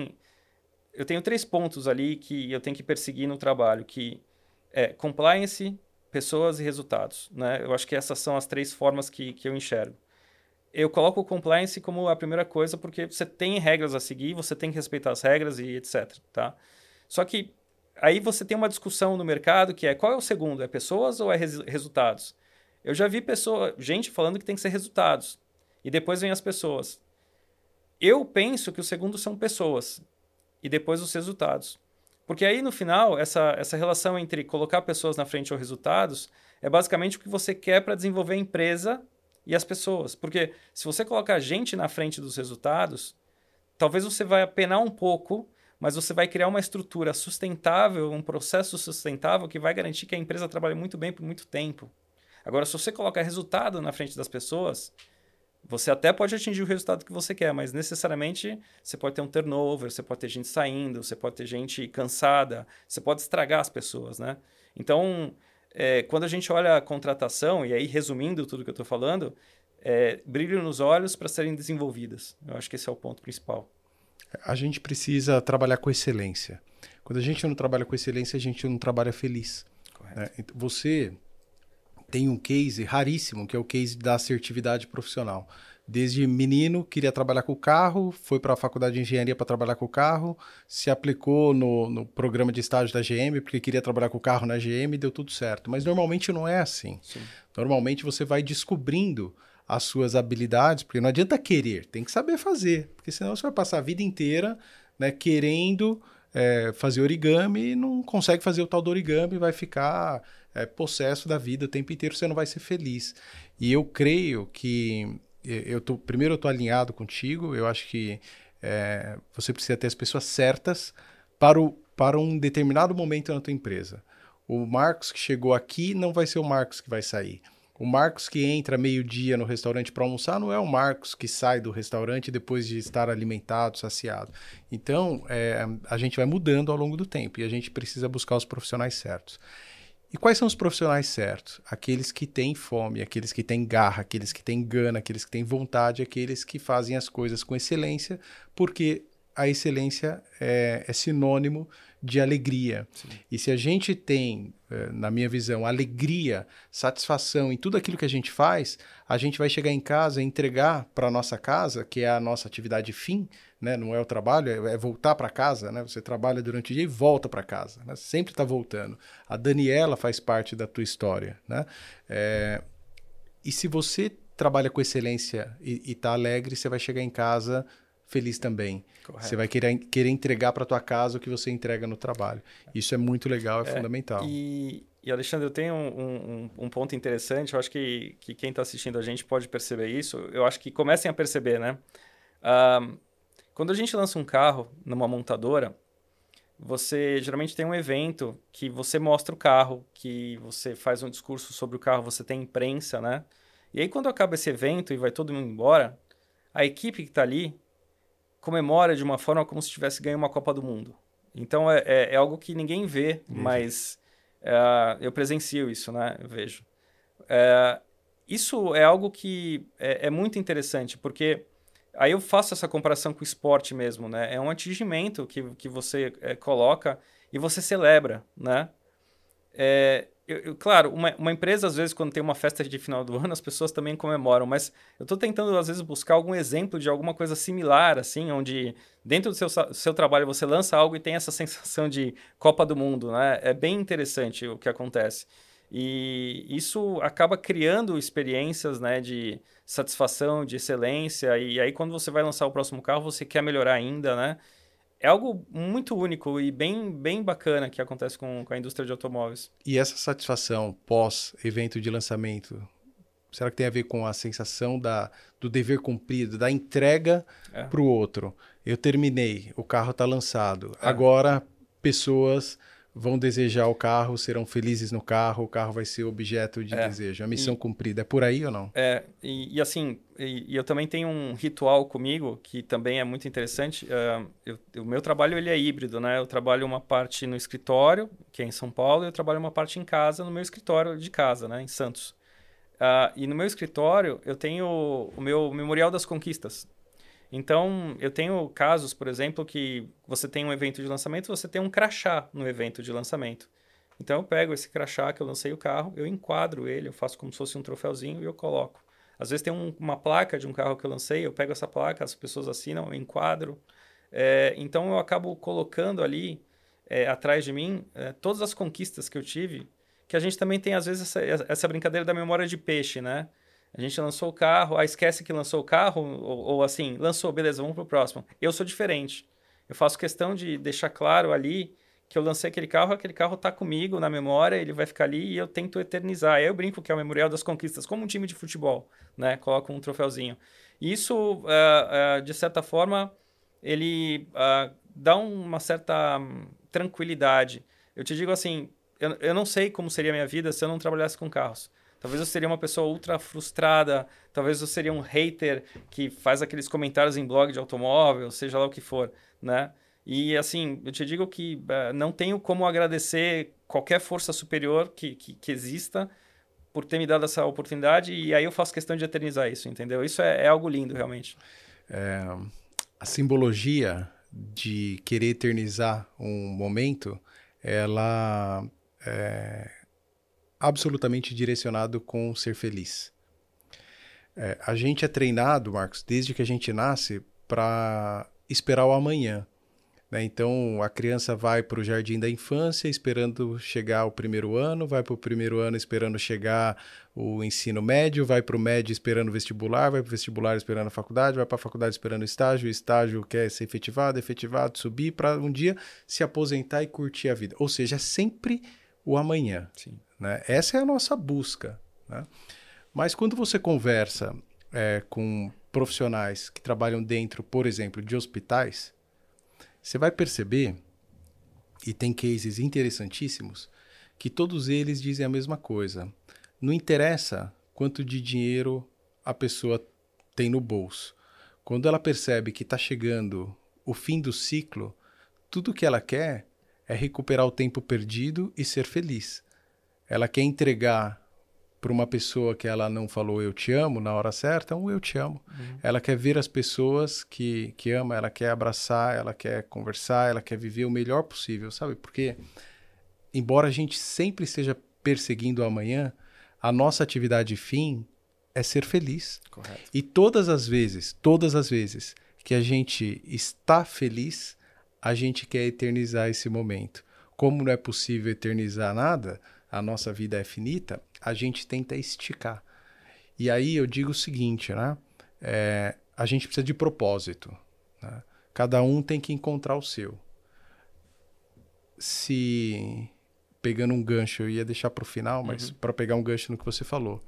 Eu tenho 3 pontos ali que eu tenho que perseguir no trabalho, que é compliance, pessoas e resultados. Né? Eu acho que essas são as 3 formas que eu enxergo. Eu coloco o compliance como a primeira coisa porque você tem regras a seguir, você tem que respeitar as regras e etc. Tá? Só que aí você tem uma discussão no mercado que qual é o segundo? É pessoas ou é resultados? Eu já vi gente falando que tem que ser resultados. E depois vem as pessoas. Eu penso que o segundo são pessoas. E depois os resultados. Porque aí, no final, essa relação entre colocar pessoas na frente ou resultados é basicamente o que você quer para desenvolver a empresa e as pessoas. Porque se você colocar a gente na frente dos resultados, talvez você vai apenar um pouco, mas você vai criar uma estrutura sustentável, um processo sustentável que vai garantir que a empresa trabalhe muito bem por muito tempo. Agora, se você colocar resultado na frente das pessoas, você até pode atingir o resultado que você quer, mas necessariamente você pode ter um turnover, você pode ter gente saindo, você pode ter gente cansada, você pode estragar as pessoas, né? Então, quando a gente olha a contratação, e aí resumindo tudo que eu estou falando, brilho nos olhos para serem desenvolvidas. Eu acho que esse é o ponto principal. A gente precisa trabalhar com excelência. Quando a gente não trabalha com excelência, a gente não trabalha feliz. Correto. Né? Então, você tem um case raríssimo, que é o case da assertividade profissional. Desde menino, queria trabalhar com o carro, foi para a faculdade de engenharia para trabalhar com o carro, se aplicou no programa de estágio da GM, porque queria trabalhar com o carro na GM, deu tudo certo. Mas normalmente não é assim. Sim. Normalmente você vai descobrindo as suas habilidades, porque não adianta querer, tem que saber fazer, porque senão você vai passar a vida inteira, né, querendo fazer origami e não consegue fazer o tal do origami, vai ficar possesso da vida o tempo inteiro, você não vai ser feliz. E eu creio que primeiro eu tô alinhado contigo, eu acho que você precisa ter as pessoas certas para um determinado momento na tua empresa. O Marcos que chegou aqui não vai ser o Marcos que vai sair. O Marcos que entra meio-dia no restaurante para almoçar não é o Marcos que sai do restaurante depois de estar alimentado, saciado. Então, a gente vai mudando ao longo do tempo e a gente precisa buscar os profissionais certos. E quais são os profissionais certos? Aqueles que têm fome, aqueles que têm garra, aqueles que têm gana, aqueles que têm vontade, aqueles que fazem as coisas com excelência, porque a excelência é sinônimo de alegria. Sim. E se a gente tem, na minha visão, alegria, satisfação em tudo aquilo que a gente faz, a gente vai chegar em casa e entregar para a nossa casa, que é a nossa atividade fim, né? Não é o trabalho, é voltar para casa, né? Você trabalha durante o dia e volta para casa, né? Sempre está voltando. A Daniela faz parte da tua história, né? E se você trabalha com excelência e está alegre, você vai chegar em casa feliz também. Correto. Você vai querer entregar para tua casa o que você entrega no trabalho. Isso é muito legal, é fundamental. E Alexandre, eu tenho um ponto interessante, eu acho que quem está assistindo a gente pode perceber isso, eu acho que comecem a perceber, né? Quando a gente lança um carro numa montadora, você geralmente tem um evento que você mostra o carro, que você faz um discurso sobre o carro, você tem imprensa, né? E aí quando acaba esse evento e vai todo mundo embora, a equipe que está ali comemora de uma forma como se tivesse ganho uma Copa do Mundo. Então, é algo que ninguém vê, mas eu presencio isso, né? Eu vejo. Isso é algo que é muito interessante, porque aí eu faço essa comparação com o esporte mesmo, né? É um atingimento que você coloca e você celebra, né? Claro, uma empresa, às vezes, quando tem uma festa de final do ano, as pessoas também comemoram, mas eu estou tentando, às vezes, buscar algum exemplo de alguma coisa similar, assim, onde dentro do seu trabalho você lança algo e tem essa sensação de Copa do Mundo, né? É bem interessante o que acontece. E isso acaba criando experiências, né, de satisfação, de excelência, e aí quando você vai lançar o próximo carro, você quer melhorar ainda, né? É algo muito único e bem bacana que acontece com a indústria de automóveis. E essa satisfação pós-evento de lançamento, será que tem a ver com a sensação do dever cumprido, da entrega para o outro? Eu terminei, o carro está lançado. Agora, pessoas vão desejar o carro, serão felizes no carro, o carro vai ser objeto de desejo. A missão cumprida. É por aí ou não? Assim, eu também tenho um ritual comigo que também é muito interessante. O meu trabalho ele é híbrido, né? Eu trabalho uma parte no escritório, que é em São Paulo, e eu trabalho uma parte em casa, no meu escritório de casa, né? Em Santos. E no meu escritório eu tenho o meu Memorial das Conquistas. Então, eu tenho casos, por exemplo, que você tem um evento de lançamento, você tem um crachá no evento de lançamento. Então, eu pego esse crachá que eu lancei o carro, eu enquadro ele, eu faço como se fosse um troféuzinho e eu coloco. Às vezes tem uma placa de um carro que eu lancei, eu pego essa placa, as pessoas assinam, eu enquadro. Então, eu acabo colocando ali, atrás de mim, todas as conquistas que eu tive, que a gente também tem, às vezes, essa brincadeira da memória de peixe, né? A gente lançou o carro, esquece que lançou o carro, ou assim, lançou, beleza, vamos pro próximo. Eu sou diferente. Eu faço questão de deixar claro ali que eu lancei aquele carro tá comigo na memória, ele vai ficar ali e eu tento eternizar. Aí eu brinco que é o Memorial das Conquistas, como um time de futebol, né? Coloco um troféuzinho. E isso, de certa forma, ele dá uma certa tranquilidade. Eu te digo assim, eu não sei como seria a minha vida se eu não trabalhasse com carros. Talvez eu seria uma pessoa ultra frustrada, talvez eu seria um hater que faz aqueles comentários em blog de automóvel, seja lá o que for, né? E assim, eu te digo que não tenho como agradecer qualquer força superior que exista por ter me dado essa oportunidade e aí eu faço questão de eternizar isso, entendeu? Isso é algo lindo, realmente. A simbologia de querer eternizar um momento, ela absolutamente direcionado com ser feliz. A gente é treinado, Marcos, desde que a gente nasce, para esperar o amanhã. né? Então, a criança vai para o jardim da infância esperando chegar o primeiro ano, vai para o primeiro ano esperando chegar o ensino médio, vai para o médio esperando o vestibular, vai para o vestibular esperando a faculdade, vai para a faculdade esperando o estágio quer ser efetivado, subir para um dia se aposentar e curtir a vida. Ou seja, é sempre o amanhã. Sim. Né? Essa é a nossa busca. Né? Mas quando você conversa com profissionais que trabalham dentro, por exemplo, de hospitais, você vai perceber, e tem cases interessantíssimos, que todos eles dizem a mesma coisa. Não interessa quanto de dinheiro a pessoa tem no bolso. Quando ela percebe que está chegando o fim do ciclo, tudo que ela quer é recuperar o tempo perdido e ser feliz. Ela quer entregar para uma pessoa que ela não falou eu te amo na hora certa, um eu te amo. Ela quer ver as pessoas que ama, ela quer abraçar, ela quer conversar, ela quer viver o melhor possível, sabe? Porque, embora a gente sempre esteja perseguindo o amanhã, a nossa atividade fim é ser feliz. Correto. E todas as vezes que a gente está feliz, a gente quer eternizar esse momento. Como não é possível eternizar nada, a nossa vida é finita, a gente tenta esticar. E aí eu digo o seguinte, né? A gente precisa de propósito. Né? Cada um tem que encontrar o seu. Se, pegando um gancho, eu ia deixar para o final, mas para pegar um gancho no que você falou.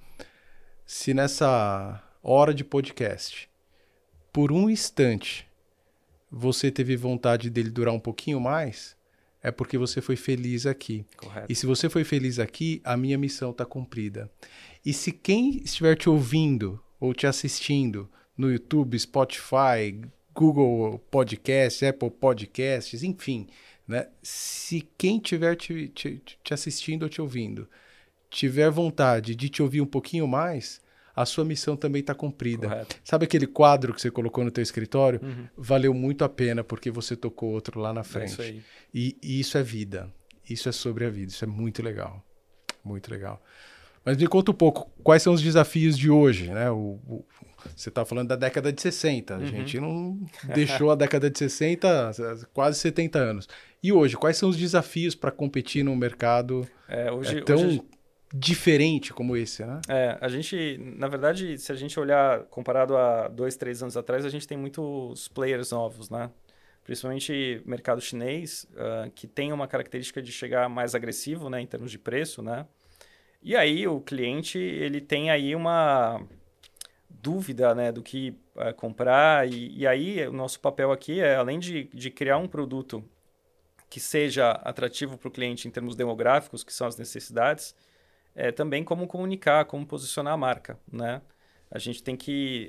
Se nessa hora de podcast, por um instante, você teve vontade dele durar um pouquinho mais, é porque você foi feliz aqui. Correto. E se você foi feliz aqui, a minha missão está cumprida. E se quem estiver te ouvindo ou te assistindo no YouTube, Spotify, Google Podcasts, Apple Podcasts, enfim, né? Se quem estiver te assistindo ou te ouvindo tiver vontade de te ouvir um pouquinho mais, a sua missão também está cumprida. Correto. Sabe aquele quadro que você colocou no teu escritório? Valeu muito a pena porque você tocou outro lá na frente. É isso aí. E isso é vida. Isso é sobre a vida. Isso é muito legal. Muito legal. Mas me conta um pouco, quais são os desafios de hoje, né? Você está falando da década de 60. A gente não deixou a década de 60, quase 70 anos. E hoje, quais são os desafios para competir num mercado tão diferente como esse, né? A gente, na verdade, se a gente olhar comparado a 2, 3 anos atrás, a gente tem muitos players novos, né? Principalmente mercado chinês, que tem uma característica de chegar mais agressivo, né, em termos de preço, né? E aí o cliente, ele tem aí uma dúvida, né, do que comprar, e aí o nosso papel aqui é, além de criar um produto que seja atrativo para o cliente em termos demográficos, que são as necessidades, também como comunicar, como posicionar a marca, né? A gente tem que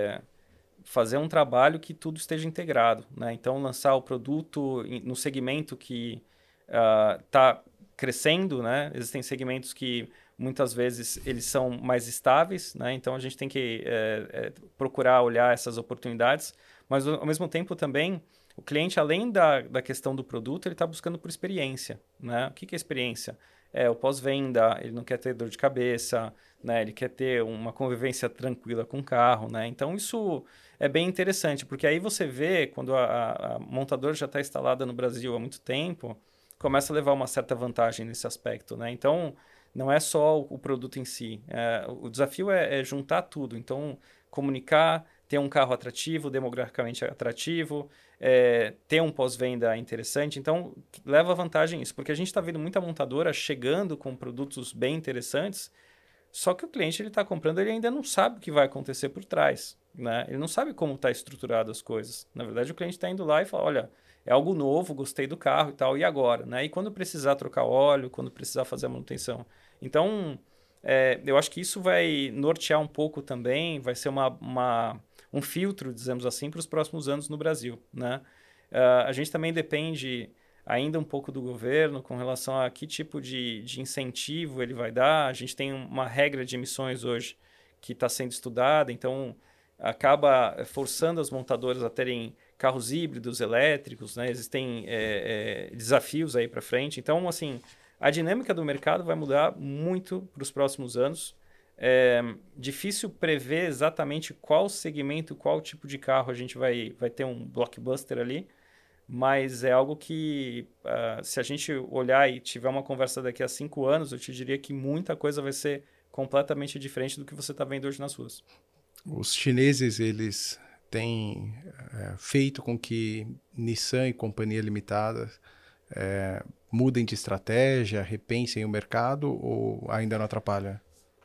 fazer um trabalho que tudo esteja integrado, né? Então, lançar o produto no segmento que está crescendo, né? Existem segmentos que muitas vezes eles são mais estáveis, né? Então, a gente tem que procurar olhar essas oportunidades, mas ao mesmo tempo também o cliente, além da questão do produto, ele está buscando por experiência, né? O que é experiência? O pós-venda, ele não quer ter dor de cabeça, né? Ele quer ter uma convivência tranquila com o carro, né? Então, isso é bem interessante, porque aí você vê, quando a montadora já está instalada no Brasil há muito tempo, começa a levar uma certa vantagem nesse aspecto, né? Então, não é só o produto em si. O desafio é juntar tudo. Então, comunicar, ter um carro atrativo, demograficamente atrativo, ter um pós-venda interessante. Então, leva vantagem isso, porque a gente está vendo muita montadora chegando com produtos bem interessantes, só que o cliente ele está comprando, ele ainda não sabe o que vai acontecer por trás, né? Ele não sabe como está estruturado as coisas. Na verdade, o cliente está indo lá e fala, olha, é algo novo, gostei do carro e tal, e agora? Né? E quando precisar trocar óleo, quando precisar fazer a manutenção. Então, eu acho que isso vai nortear um pouco também, vai ser um filtro, dizemos assim, para os próximos anos no Brasil, né? A gente também depende ainda um pouco do governo com relação a que tipo de incentivo ele vai dar. A gente tem uma regra de emissões hoje que está sendo estudada, então acaba forçando as montadoras a terem carros híbridos, elétricos, né? Existem desafios aí para frente. Então, assim, a dinâmica do mercado vai mudar muito para os próximos anos. É difícil prever exatamente qual segmento, qual tipo de carro a gente vai ter um blockbuster ali, mas é algo que, se a gente olhar e tiver uma conversa daqui a 5 anos, eu te diria que muita coisa vai ser completamente diferente do que você está vendo hoje nas ruas. Os chineses, eles têm feito com que Nissan e Companhia Limitada mudem de estratégia, repensem o mercado ou ainda não atrapalha?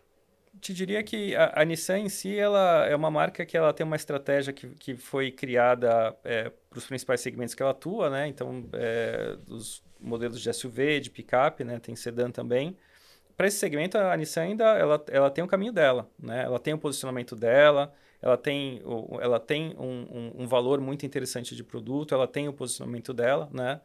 Te diria que a Nissan em si, ela é uma marca que ela tem uma estratégia que foi criada para os principais segmentos que ela atua, né? Então, dos modelos de SUV, de picape, né? Tem sedã também. Para esse segmento, a Nissan ainda ela tem o caminho dela, né? Ela tem o posicionamento dela, ela tem um valor muito interessante de produto, ela tem o posicionamento dela, né?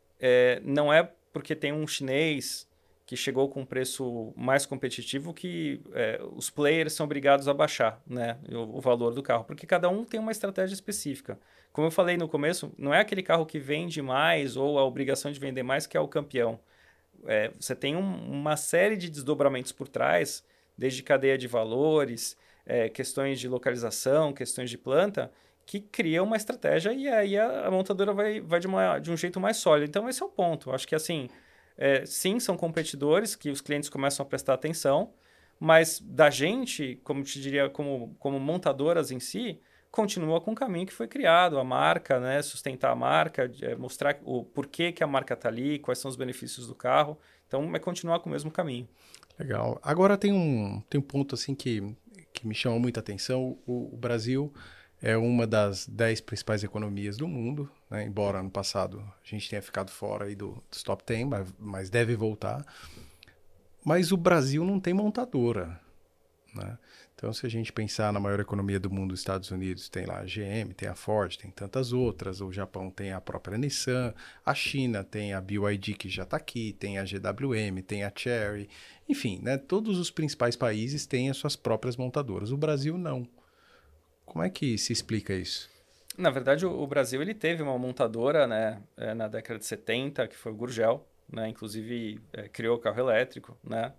Não é porque tem um chinês que chegou com um preço mais competitivo que os players são obrigados a baixar, né, o valor do carro, porque cada um tem uma estratégia específica. Como eu falei no começo, não é aquele carro que vende mais ou a obrigação de vender mais que é o campeão. Você tem uma série de desdobramentos por trás, desde cadeia de valores, questões de localização, questões de planta, que cria uma estratégia e aí a montadora vai de um jeito mais sólido. Então, esse é o ponto. Acho que, assim, sim, são competidores que os clientes começam a prestar atenção, mas da gente, como te diria, como montadoras em si, continua com o caminho que foi criado, a marca, né? Sustentar a marca, mostrar o porquê que a marca está ali, quais são os benefícios do carro. Então, é continuar com o mesmo caminho. Legal. Agora tem um ponto assim que me chama muita atenção. O Brasil é uma das 10 principais economias do mundo, né? Embora ano passado a gente tenha ficado fora aí dos top 10, mas deve voltar. Mas o Brasil não tem montadora, né? Então, se a gente pensar na maior economia do mundo, os Estados Unidos tem lá a GM, tem a Ford, tem tantas outras. O Japão tem a própria Nissan. A China tem a BYD, que já está aqui. Tem a GWM, tem a Chery. Enfim, né, todos os principais países têm as suas próprias montadoras. O Brasil não. Como é que se explica isso? Na verdade, o Brasil ele teve uma montadora, né, na década de 70, que foi o Gurgel, né, inclusive criou o carro elétrico, né.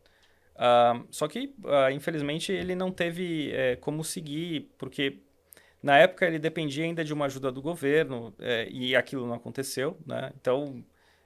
Só que, infelizmente, ele não teve como seguir, porque na época ele dependia ainda de uma ajuda do governo e aquilo não aconteceu, né. Então,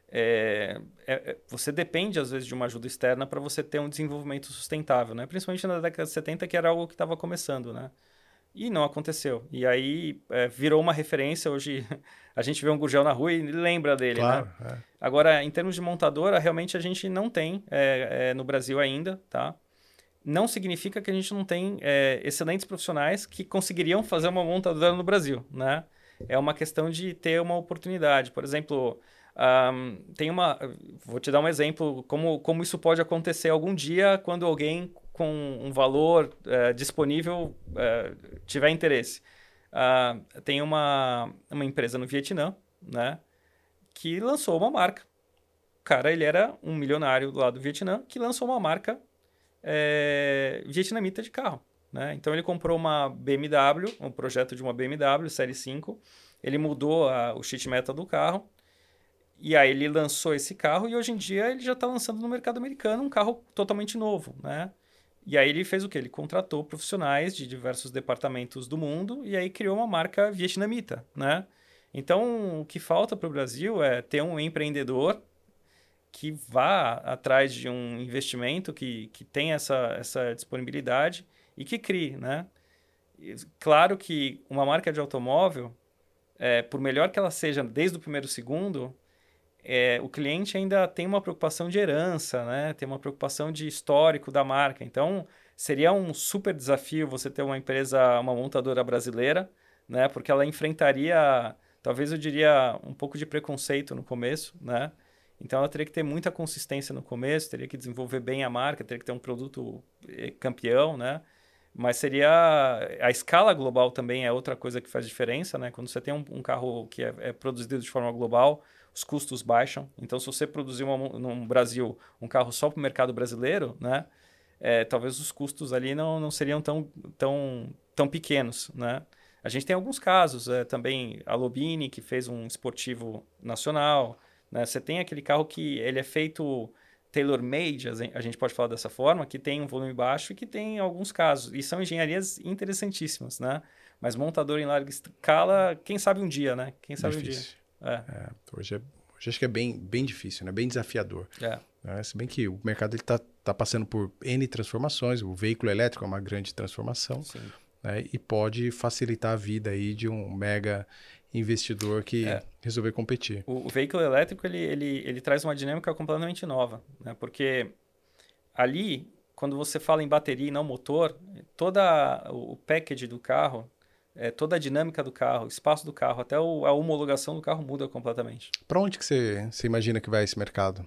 você depende, às vezes, de uma ajuda externa para você ter um desenvolvimento sustentável, né, principalmente na década de 70, que era algo que estava começando, né. E não aconteceu. E aí virou uma referência. Hoje a gente vê um Gurgel na rua e lembra dele, né? Claro, Agora, em termos de montadora, realmente a gente não tem no Brasil ainda, tá? Não significa que a gente não tem excelentes profissionais que conseguiriam fazer uma montadora no Brasil, né? É uma questão de ter uma oportunidade. Por exemplo, tem uma... Vou te dar um exemplo como isso pode acontecer algum dia quando alguém com um valor disponível tiver interesse. Tem uma empresa no Vietnã, né, que lançou uma marca. O cara, ele era um milionário lá do Vietnã que lançou uma marca vietnamita de carro. Né? Então, ele comprou uma BMW, um projeto de uma BMW Série 5. Ele mudou o sheet metal do carro. E aí ele lançou esse carro e hoje em dia ele já está lançando no mercado americano um carro totalmente novo, né? E aí ele fez o quê? Ele contratou profissionais de diversos departamentos do mundo e aí criou uma marca vietnamita, né? Então, o que falta para o Brasil é ter um empreendedor que vá atrás de um investimento, que tenha essa disponibilidade e que crie, né? Claro que uma marca de automóvel, por melhor que ela seja desde o primeiro segundo, o cliente ainda tem uma preocupação de herança, né? Tem uma preocupação de histórico da marca. Então, seria um super desafio você ter uma empresa, uma montadora brasileira, né? Porque ela enfrentaria, talvez eu diria, um pouco de preconceito no começo, né? Então, ela teria que ter muita consistência no começo, teria que desenvolver bem a marca, teria que ter um produto campeão, né? Mas seria... A escala global também é outra coisa que faz diferença, né? Quando você tem um carro que é produzido de forma global, os custos baixam. Então, se você produzir no Brasil um carro só para o mercado brasileiro, né? Talvez os custos ali não seriam tão pequenos, né? A gente tem alguns casos, também a Lobini, que fez um esportivo nacional, né? Você tem aquele carro que ele é feito tailor-made, a gente pode falar dessa forma, que tem um volume baixo e que tem alguns casos. E são engenharias interessantíssimas, né? Mas montador em larga escala, quem sabe um dia, né? Quem sabe um dia. difícil. Hoje acho que é bem difícil, né? Bem desafiador. Se bem que o mercado está passando por N transformações, o veículo elétrico é uma grande transformação, né? E pode facilitar a vida aí de um mega investidor que resolver competir. O veículo elétrico ele traz uma dinâmica completamente nova, né? Porque ali, quando você fala em bateria e não motor, toda o package do carro, toda a dinâmica do carro, o espaço do carro, até a homologação do carro muda completamente. Para onde que você imagina que vai esse mercado?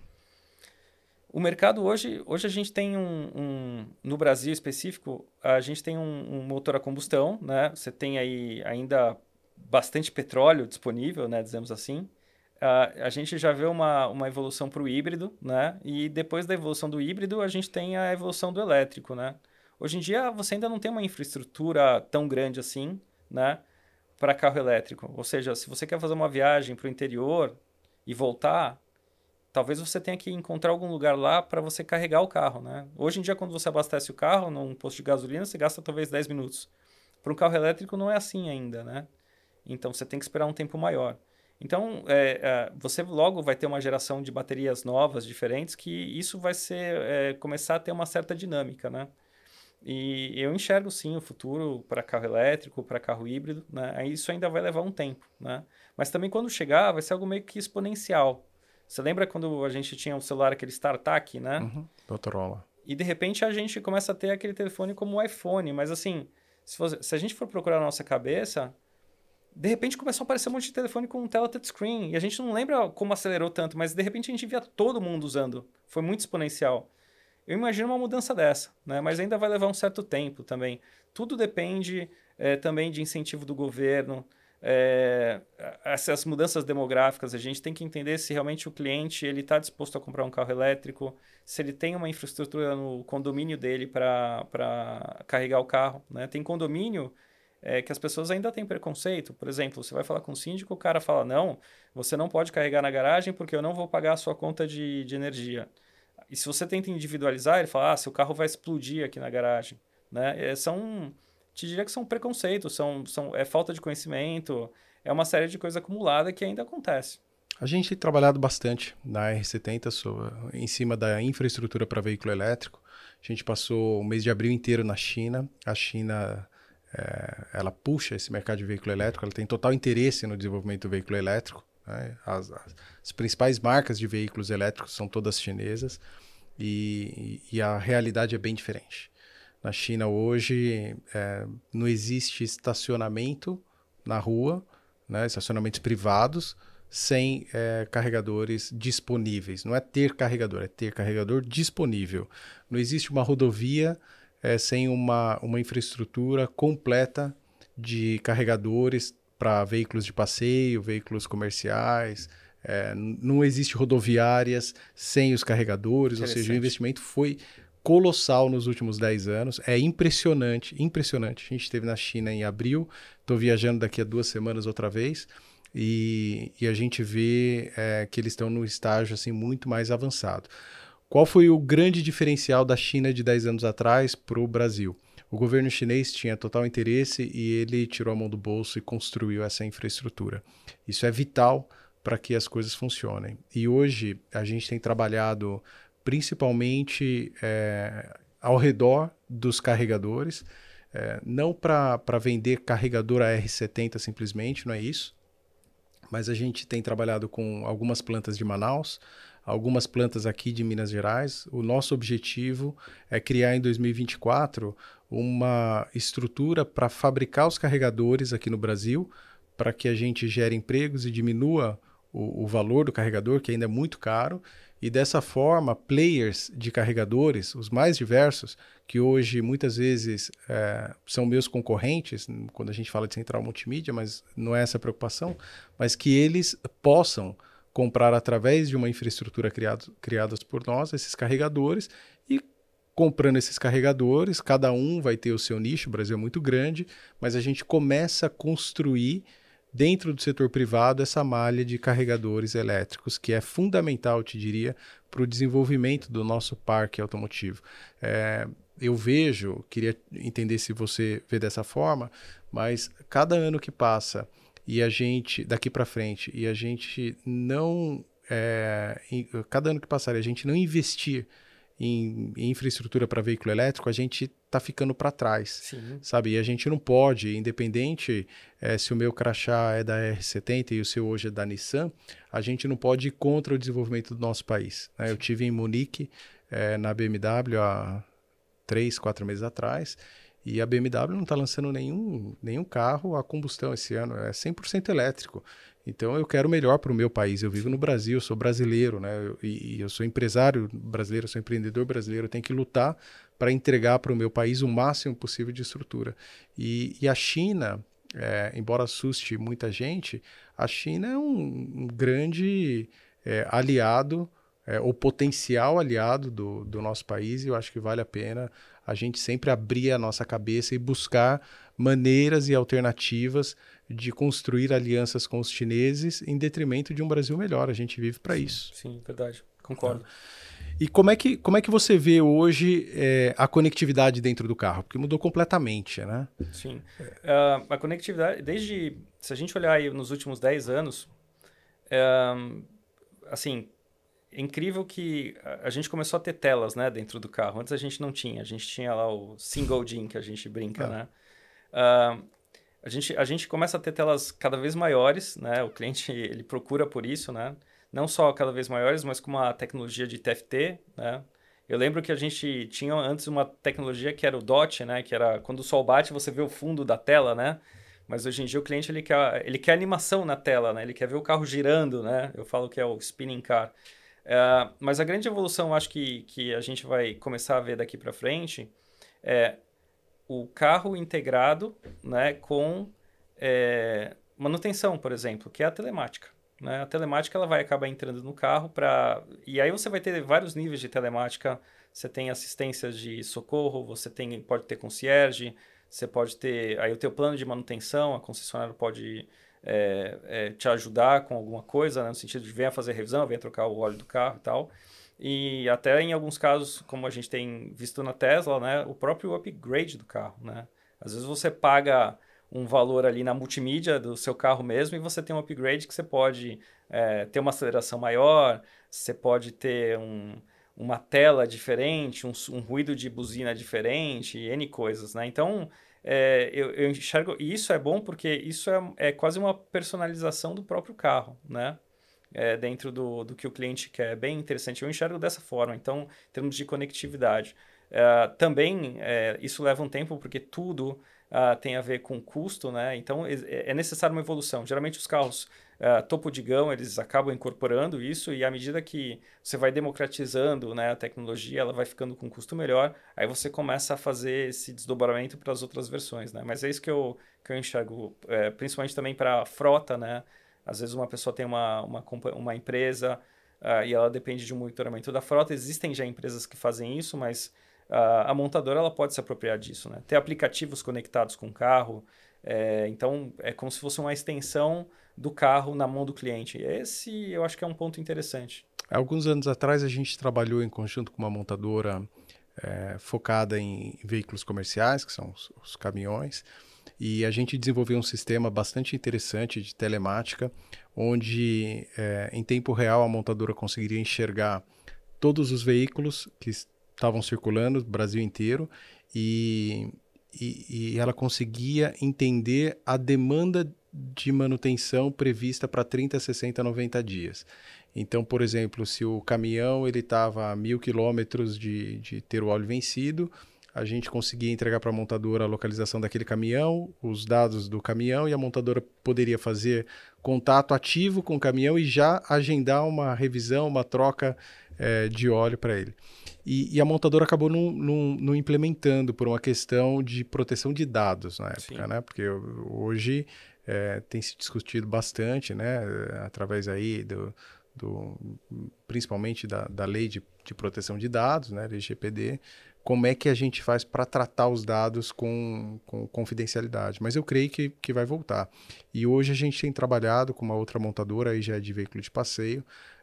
O mercado hoje a gente tem no Brasil específico, a gente tem um motor a combustão, né? Você tem aí ainda bastante petróleo disponível, né? Dizemos assim. A gente já vê uma evolução para o híbrido, né? E depois da evolução do híbrido, a gente tem a evolução do elétrico, né? Hoje em dia, você ainda não tem uma infraestrutura tão grande assim, né? Para carro elétrico. Ou seja, se você quer fazer uma viagem para o interior e voltar, talvez você tenha que encontrar algum lugar lá para você carregar o carro, né? Hoje em dia, quando você abastece o carro num posto de gasolina, você gasta talvez 10 minutos. Para um carro elétrico não é assim ainda, né? Então, você tem que esperar um tempo maior. Então, você logo vai ter uma geração de baterias novas, diferentes, que isso vai começar a ter uma certa dinâmica, né? E eu enxergo, sim, o futuro para carro elétrico, para carro híbrido, né? Isso ainda vai levar um tempo, né? Mas também quando chegar, vai ser algo meio que exponencial. Você lembra quando a gente tinha um celular, aquele StarTAC, né? Motorola. E, de repente, a gente começa a ter aquele telefone como o iPhone. Mas, assim, se a gente for procurar na nossa cabeça... De repente começou a aparecer um monte de telefone com tela touchscreen. E a gente não lembra como acelerou tanto, mas de repente a gente via todo mundo usando. Foi muito exponencial. Eu imagino uma mudança dessa, né? Mas ainda vai levar um certo tempo também. Tudo depende também de incentivo do governo. Essas mudanças demográficas, a gente tem que entender se realmente o cliente está disposto a comprar um carro elétrico, se ele tem uma infraestrutura no condomínio dele para carregar o carro, né? Tem condomínio... que as pessoas ainda têm preconceito. Por exemplo, você vai falar com o síndico, o cara fala, não, você não pode carregar na garagem porque eu não vou pagar a sua conta de energia. E se você tenta individualizar, ele fala, seu carro vai explodir aqui na garagem. Né? Te diria que são preconceitos, é falta de conhecimento, é uma série de coisas acumuladas que ainda acontece. A gente tem trabalhado bastante na R70 em cima da infraestrutura para veículo elétrico. A gente passou o mês de abril inteiro na China. A China... ela puxa esse mercado de veículo elétrico, ela tem total interesse no desenvolvimento do veículo elétrico, né? As principais marcas de veículos elétricos são todas chinesas e a realidade é bem diferente. Na China hoje não existe estacionamento na rua, né? Estacionamentos privados sem carregadores disponíveis. Não é ter carregador disponível. Não existe uma rodovia sem uma infraestrutura completa de carregadores para veículos de passeio, veículos comerciais. Não existe rodoviárias sem os carregadores, ou seja, o investimento foi colossal nos últimos 10 anos. É impressionante. A gente esteve na China em abril, estou viajando daqui a 2 semanas outra vez, e a gente vê que eles estão num estágio assim, muito mais avançado. Qual foi o grande diferencial da China de 10 anos atrás para o Brasil? O governo chinês tinha total interesse e ele tirou a mão do bolso e construiu essa infraestrutura. Isso é vital para que as coisas funcionem. E hoje a gente tem trabalhado principalmente ao redor dos carregadores, não para vender carregador AR70 simplesmente, não é isso, mas a gente tem trabalhado com algumas plantas de Manaus, algumas plantas aqui de Minas Gerais. O nosso objetivo é criar em 2024 uma estrutura para fabricar os carregadores aqui no Brasil, para que a gente gere empregos e diminua o valor do carregador, que ainda é muito caro, e dessa forma, players de carregadores, os mais diversos, que hoje muitas vezes são meus concorrentes, quando a gente fala de central multimídia, mas não é essa a preocupação, mas que eles possam comprar através de uma infraestrutura criadas por nós, esses carregadores, e comprando esses carregadores, cada um vai ter o seu nicho, o Brasil é muito grande, mas a gente começa a construir dentro do setor privado essa malha de carregadores elétricos, que é fundamental, te diria, para o desenvolvimento do nosso parque automotivo. Eu queria entender se você vê dessa forma, mas cada ano que passa e a gente, daqui para frente, e a gente não, cada ano que passar, a gente não investir em infraestrutura para veículo elétrico, a gente está ficando para trás, Sim. sabe? E a gente não pode, independente se o meu crachá é da R70 e o seu hoje é da Nissan, a gente não pode ir contra o desenvolvimento do nosso país, né? Eu tive em Munique, na BMW, há 3, 4 meses atrás, e a BMW não está lançando nenhum carro a combustão esse ano, é 100% elétrico. Então eu quero o melhor para o meu país. Eu vivo no Brasil, eu sou brasileiro, né? E eu sou empresário brasileiro, eu sou empreendedor brasileiro, eu tenho que lutar para entregar para o meu país o máximo possível de estrutura. E a China, embora assuste muita gente, a China é um grande aliado, ou potencial aliado do nosso país, e eu acho que vale a pena a gente sempre abrir a nossa cabeça e buscar maneiras e alternativas de construir alianças com os chineses em detrimento de um Brasil melhor. A gente vive para isso. Sim, verdade. Concordo. E como é que você vê hoje a conectividade dentro do carro? Porque mudou completamente, né? Sim. A conectividade, se a gente olhar aí nos últimos 10 anos, assim, é incrível que a gente começou a ter telas, né, dentro do carro. Antes a gente não tinha. A gente tinha lá o single DIN, que a gente brinca, né? A gente começa a ter telas cada vez maiores, né? O cliente, ele procura por isso, né? Não só cada vez maiores, mas com uma tecnologia de TFT, né? Eu lembro que a gente tinha antes uma tecnologia que era o DOT, né? Que era quando o sol bate, você vê o fundo da tela, né? Mas hoje em dia o cliente, ele quer animação na tela, né? Ele quer ver o carro girando, né? Eu falo que é o spinning car. Mas a grande evolução, acho que a gente vai começar a ver daqui para frente é o carro integrado, né, com manutenção, por exemplo, que é a telemática. Né? A telemática ela vai acabar entrando no carro e aí você vai ter vários níveis de telemática. Você tem assistências de socorro, pode ter concierge, você pode ter aí o teu plano de manutenção, a concessionária pode te ajudar com alguma coisa, né, no sentido de venha fazer revisão, venha trocar o óleo do carro e tal. E até em alguns casos, como a gente tem visto na Tesla, né, o próprio upgrade do carro, né? Às vezes você paga um valor ali na multimídia do seu carro mesmo e você tem um upgrade que você pode ter uma aceleração maior, você pode ter uma tela diferente, um ruído de buzina diferente, N coisas, né? Então, eu enxergo... E isso é bom porque isso é quase uma personalização do próprio carro, né? Dentro do que o cliente quer. É bem interessante. Eu enxergo dessa forma. Então, em termos de conectividade. Também, isso leva um tempo, porque tudo tem a ver com custo, né? Então, é necessário uma evolução. Geralmente, os carros topo de gama, eles acabam incorporando isso, e à medida que você vai democratizando, né, a tecnologia, ela vai ficando com custo melhor, aí você começa a fazer esse desdobramento para as outras versões, né? Mas é isso que eu enxergo, principalmente também para a frota, né? Às vezes uma pessoa tem uma empresa e ela depende de um monitoramento da frota. Existem já empresas que fazem isso, mas a montadora ela pode se apropriar disso, né? Ter aplicativos conectados com o carro. Então, é como se fosse uma extensão do carro na mão do cliente. Esse eu acho que é um ponto interessante. Há alguns anos atrás a gente trabalhou em conjunto com uma montadora focada em veículos comerciais, que são os caminhões, e a gente desenvolveu um sistema bastante interessante de telemática, onde em tempo real a montadora conseguiria enxergar todos os veículos que estavam circulando no Brasil inteiro e ela conseguia entender a demanda de manutenção prevista para 30, 60, 90 dias. Então, por exemplo, se o caminhão estava a 1.000 quilômetros de ter o óleo vencido, a gente conseguia entregar para a montadora a localização daquele caminhão, os dados do caminhão, e a montadora poderia fazer contato ativo com o caminhão e já agendar uma revisão, uma troca de óleo para ele. E a montadora acabou não implementando por uma questão de proteção de dados na época, né? Porque hoje tem se discutido bastante, né? Através aí principalmente da lei de proteção de dados, né? LGPD, como é que a gente faz para tratar os dados com confidencialidade. Mas eu creio que vai voltar. E hoje a gente tem trabalhado com uma outra montadora, aí já é de veículo de passeio,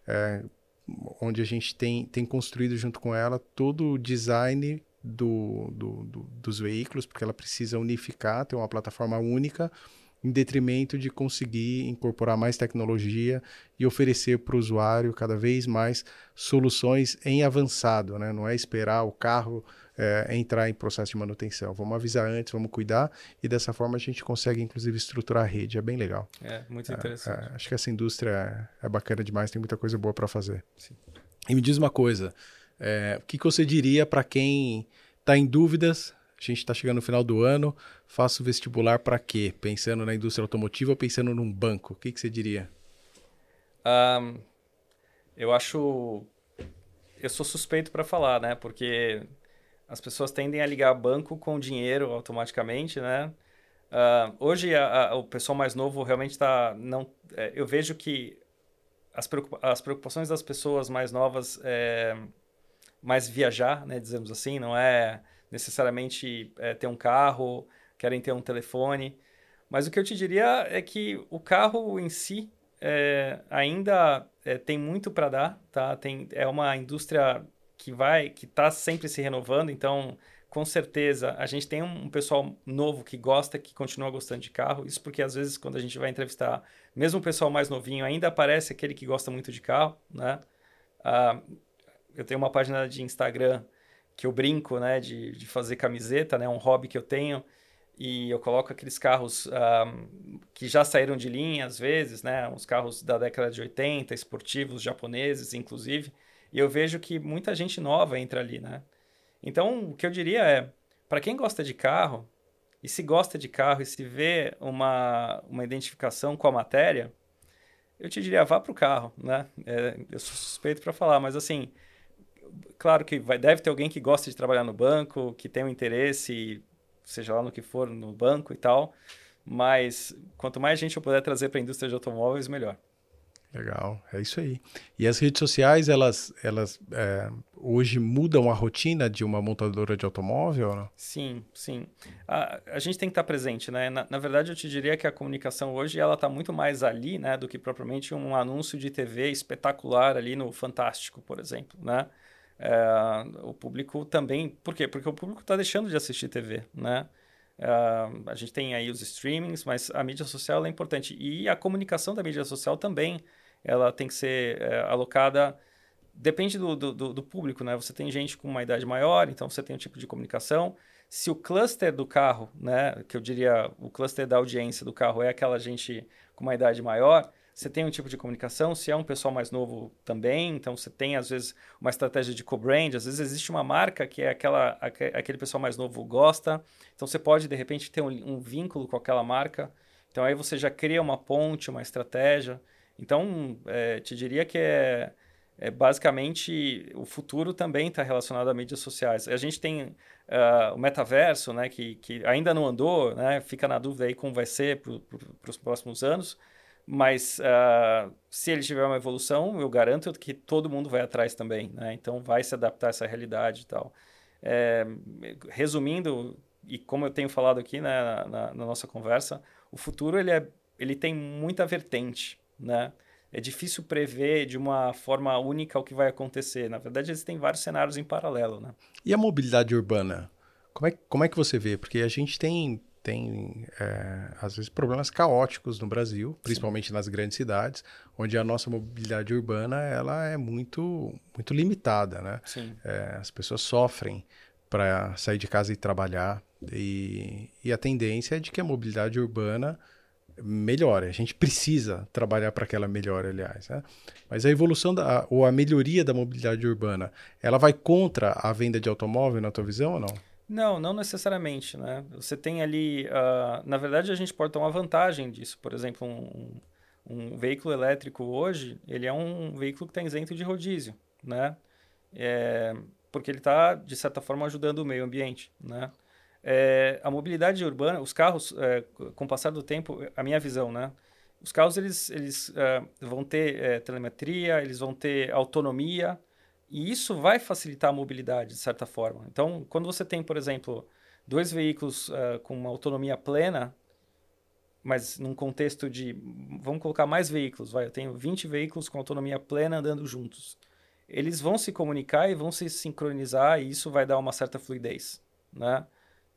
onde a gente tem construído junto com ela todo o design dos veículos, porque ela precisa unificar, ter uma plataforma única, em detrimento de conseguir incorporar mais tecnologia e oferecer para o usuário cada vez mais soluções em avançado, né? Não é esperar o carro entrar em processo de manutenção. Vamos avisar antes, vamos cuidar, e dessa forma a gente consegue, inclusive, estruturar a rede. É bem legal. É, muito interessante. Acho que essa indústria é bacana demais, tem muita coisa boa para fazer. Sim. E me diz uma coisa, o que você diria para quem está em dúvidas? A gente está chegando no final do ano, faço vestibular para quê? Pensando na indústria automotiva ou pensando num banco? O que você diria? Eu acho... Eu sou suspeito para falar, né? Porque as pessoas tendem a ligar banco com dinheiro automaticamente, né? Hoje, o pessoal mais novo realmente está... eu vejo que as preocupações das pessoas mais novas é mais viajar, né? Dizemos assim, não é necessariamente ter um carro, querem ter um telefone. Mas o que eu te diria é que o carro em si ainda tem muito para dar, tá? É uma indústria que está sempre se renovando, então com certeza a gente tem um pessoal novo que gosta, que continua gostando de carro. Isso porque às vezes quando a gente vai entrevistar, mesmo o pessoal mais novinho, ainda aparece aquele que gosta muito de carro, né? Eu tenho uma página de Instagram que eu brinco, né, de fazer camiseta, né, um hobby que eu tenho. E eu coloco aqueles carros que já saíram de linha, às vezes, né? Uns carros da década de 80, esportivos, japoneses, inclusive. E eu vejo que muita gente nova entra ali, né? Então, o que eu diria é, para quem gosta de carro, e se gosta de carro e se vê uma identificação com a matéria, eu te diria, vá para o carro, né? Eu sou suspeito para falar, mas assim, claro que deve ter alguém que gosta de trabalhar no banco, que tem um interesse, seja lá no que for, no banco e tal. Mas quanto mais gente eu puder trazer para a indústria de automóveis, melhor. Legal, é isso aí. E as redes sociais, elas hoje mudam a rotina de uma montadora de automóvel, ou não? Sim, sim. A gente tem que estar presente, né? Na verdade, eu te diria que a comunicação hoje ela está muito mais ali, né, do que propriamente um anúncio de TV espetacular ali no Fantástico, por exemplo, né? O público também... Por quê? Porque o público está deixando de assistir TV, né? A gente tem aí os streamings, mas a mídia social é importante. E a comunicação da mídia social também, ela tem que ser alocada... Depende do público, né? Você tem gente com uma idade maior, então você tem um tipo de comunicação. Se o cluster do carro, né, que eu diria o cluster da audiência do carro é aquela gente com uma idade maior, você tem um tipo de comunicação. Se é um pessoal mais novo também, então você tem às vezes uma estratégia de co-brand, às vezes existe uma marca que é aquele pessoal mais novo gosta, então você pode de repente ter um vínculo com aquela marca, então aí você já cria uma ponte, uma estratégia. Então, te diria que basicamente o futuro também está relacionado a mídias sociais. A gente tem o metaverso, né, que ainda não andou, né, fica na dúvida aí como vai ser para os próximos anos, mas se ele tiver uma evolução, eu garanto que todo mundo vai atrás também, né? Então vai se adaptar a essa realidade e tal. Resumindo, e como eu tenho falado aqui, né, na nossa conversa, o futuro ele tem muita vertente, né? É difícil prever de uma forma única o que vai acontecer. Na verdade, existem vários cenários em paralelo, né? E a mobilidade urbana? Como é que você vê? Porque a gente tem às vezes, problemas caóticos no Brasil, principalmente nas grandes cidades, onde a nossa mobilidade urbana ela é muito, muito limitada, né? Sim. As pessoas sofrem para sair de casa e trabalhar, e a tendência é de que a mobilidade urbana melhore. A gente precisa trabalhar para que ela melhore, aliás, né? Mas a evolução ou a melhoria da mobilidade urbana, ela vai contra a venda de automóvel, na tua visão, ou não? Não, não necessariamente, né? Você tem ali... na verdade, a gente pode ter uma vantagem disso. Por exemplo, um veículo elétrico hoje, ele é um veículo que está isento de rodízio, né? Porque ele está, de certa forma, ajudando o meio ambiente, né? A mobilidade urbana, os carros, com o passar do tempo, a minha visão, né? Os carros, eles vão ter telemetria, eles vão ter autonomia, e isso vai facilitar a mobilidade, de certa forma. Então, quando você tem, por exemplo, dois veículos com uma autonomia plena, mas num contexto de... Vamos colocar mais veículos, vai. Eu tenho 20 veículos com autonomia plena andando juntos. Eles vão se comunicar e vão se sincronizar, e isso vai dar uma certa fluidez, né?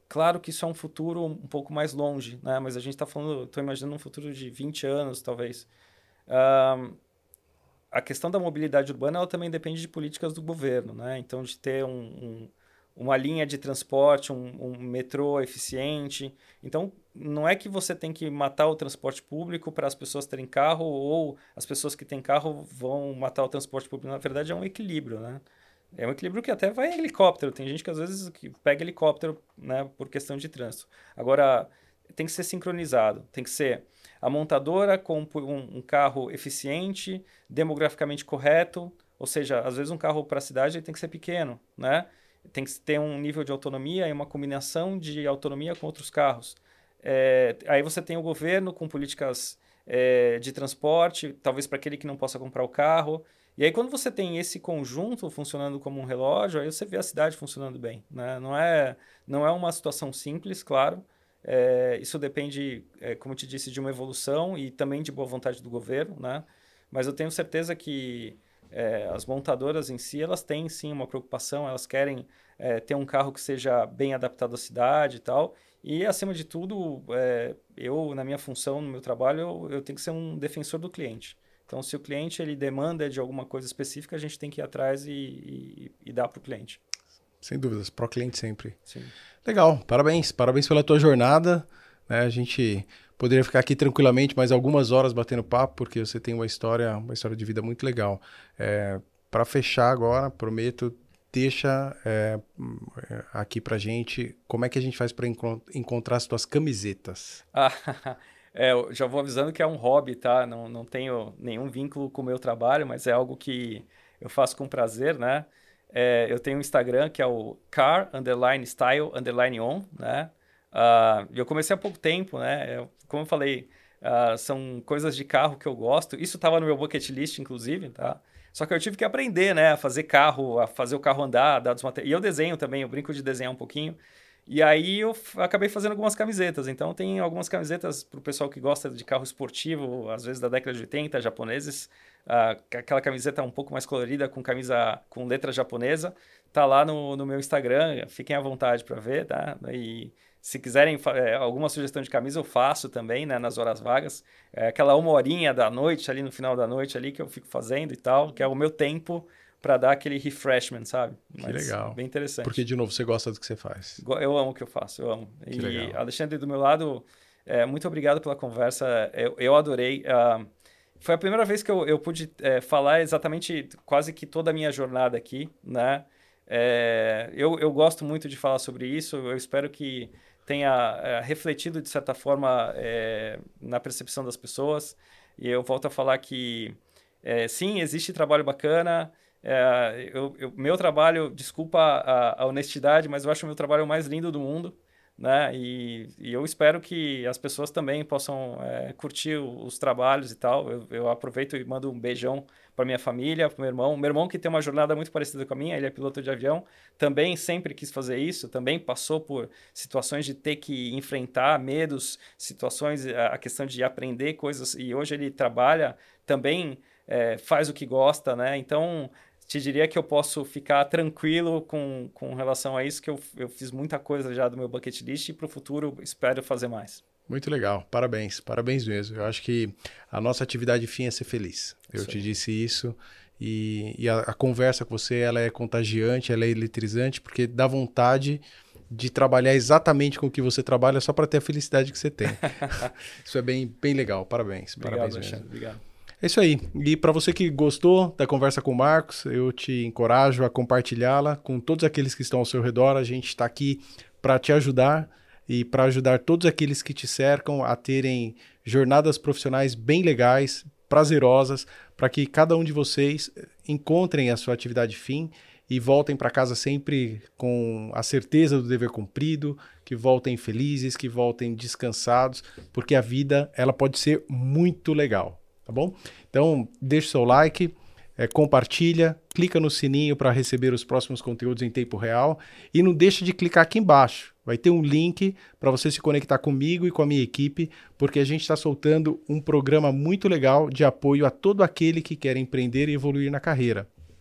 Claro que isso é um futuro um pouco mais longe, né? Mas a gente está falando, estou imaginando um futuro de 20 anos, talvez. Ah, a questão da mobilidade urbana ela também depende de políticas do governo, né? Então, de ter uma linha de transporte, um metrô eficiente. Então, não é que você tem que matar o transporte público para as pessoas terem carro ou as pessoas que têm carro vão matar o transporte público. Na verdade, é um equilíbrio, né? É um equilíbrio que até vai em helicóptero. Tem gente que às vezes que pega helicóptero, né, por questão de trânsito. Agora, tem que ser sincronizado. Tem que ser a montadora com um carro eficiente, demograficamente correto. Ou seja, às vezes um carro para a cidade ele tem que ser pequeno, né? Tem que ter um nível de autonomia e uma combinação de autonomia com outros carros. Aí você tem o governo com políticas de transporte, talvez para aquele que não possa comprar o carro. E aí, quando você tem esse conjunto funcionando como um relógio, aí você vê a cidade funcionando bem, né? Não é uma situação simples, claro. Isso depende, como eu te disse, de uma evolução e também de boa vontade do governo, né? Mas eu tenho certeza que as montadoras em si, elas têm sim uma preocupação, elas querem ter um carro que seja bem adaptado à cidade e tal. E, acima de tudo, eu, na minha função, no meu trabalho, eu tenho que ser um defensor do cliente. Então, se o cliente ele demanda de alguma coisa específica, a gente tem que ir atrás e dar para o cliente. Sem dúvidas, pro cliente sempre. Sim. Legal, parabéns pela tua jornada. Né? A gente poderia ficar aqui tranquilamente mais algumas horas batendo papo, porque você tem uma história de vida muito legal. Para fechar agora, prometo, deixa aqui pra gente como é que a gente faz para encontrar as tuas camisetas. Eu já vou avisando que é um hobby, tá? Não tenho nenhum vínculo com o meu trabalho, mas é algo que eu faço com prazer, né? Eu tenho um Instagram que é o car_style_on, né? Eu comecei há pouco tempo, né? Como eu falei, são coisas de carro que eu gosto. Isso estava no meu bucket list, inclusive, tá? Só que eu tive que aprender, né? A fazer a fazer o carro andar, dar dos materiais. E eu desenho também, eu brinco de desenhar um pouquinho. E aí eu acabei fazendo algumas camisetas. Então tem algumas camisetas para o pessoal que gosta de carro esportivo, às vezes da década de 80, japoneses. Aquela camiseta um pouco mais colorida, com letra japonesa. Tá lá no meu Instagram, fiquem à vontade para ver, tá? E se quiserem alguma sugestão de camisa, eu faço também, né, nas horas vagas. Aquela 1 horinha da noite, ali no final da noite, ali que eu fico fazendo e tal, que é o meu tempo para dar aquele refreshment, sabe? Que legal. Bem interessante. Porque, de novo, você gosta do que você faz. Eu amo o que eu faço, eu amo. Que legal. Alexandre, do meu lado, muito obrigado pela conversa, eu adorei. Foi a primeira vez que eu pude falar exatamente quase que toda a minha jornada aqui, né? Eu gosto muito de falar sobre isso, eu espero que tenha refletido, de certa forma, na percepção das pessoas. E eu volto a falar que, sim, existe trabalho bacana. Meu trabalho, desculpa a honestidade, mas eu acho o meu trabalho o mais lindo do mundo, né? E eu espero que as pessoas também possam curtir os trabalhos e tal. Eu aproveito e mando um beijão para minha família, para meu irmão que tem uma jornada muito parecida com a minha, ele é piloto de avião, também sempre quis fazer isso, também passou por situações de ter que enfrentar medos, situações, a questão de aprender coisas, e hoje ele trabalha também, faz o que gosta, né? Então te diria que eu posso ficar tranquilo com relação a isso, que eu fiz muita coisa já do meu bucket list e para o futuro espero fazer mais. Muito legal, parabéns mesmo. Eu acho que a nossa atividade fim é ser feliz. Eu te disse isso e a conversa com você ela é contagiante, ela é eletrizante, porque dá vontade de trabalhar exatamente com o que você trabalha só para ter a felicidade que você tem. Isso é bem legal, parabéns. Obrigado, parabéns Alexandre, mesmo. obrigado. É isso aí. E para você que gostou da conversa com o Marcos, eu te encorajo a compartilhá-la com todos aqueles que estão ao seu redor. A gente está aqui para te ajudar e para ajudar todos aqueles que te cercam a terem jornadas profissionais bem legais, prazerosas, para que cada um de vocês encontrem a sua atividade fim e voltem para casa sempre com a certeza do dever cumprido, que voltem felizes, que voltem descansados, porque a vida ela pode ser muito legal. Tá bom? Então, deixa o seu like, compartilha, clica no sininho para receber os próximos conteúdos em tempo real e não deixa de clicar aqui embaixo. Vai ter um link para você se conectar comigo e com a minha equipe, porque a gente está soltando um programa muito legal de apoio a todo aquele que quer empreender e evoluir na carreira.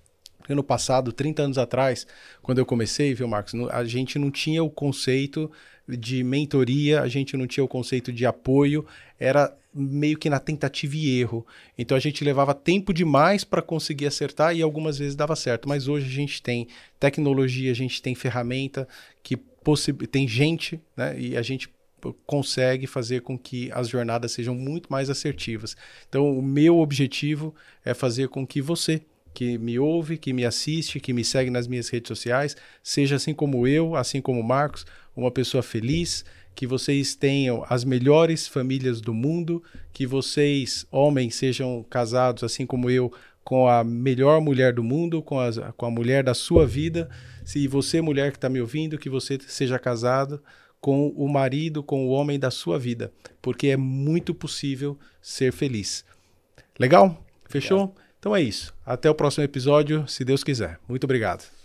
No passado, 30 anos atrás, quando eu comecei, viu, Marcos, a gente não tinha o conceito de mentoria, a gente não tinha o conceito de apoio, era meio que na tentativa e erro. Então a gente levava tempo demais para conseguir acertar e algumas vezes dava certo. Mas hoje a gente tem tecnologia, a gente tem ferramenta, tem gente, né? E a gente consegue fazer com que as jornadas sejam muito mais assertivas. Então o meu objetivo é fazer com que você, que me ouve, que me assiste, que me segue nas minhas redes sociais, seja assim como eu, assim como o Marcos, uma pessoa feliz, que vocês tenham as melhores famílias do mundo, que vocês, homens, sejam casados, assim como eu, com a melhor mulher do mundo, com a mulher da sua vida. Se você, mulher que está me ouvindo, que você seja casado com o marido, com o homem da sua vida, porque é muito possível ser feliz. Legal? Fechou? Então é isso. Até o próximo episódio, se Deus quiser. Muito obrigado.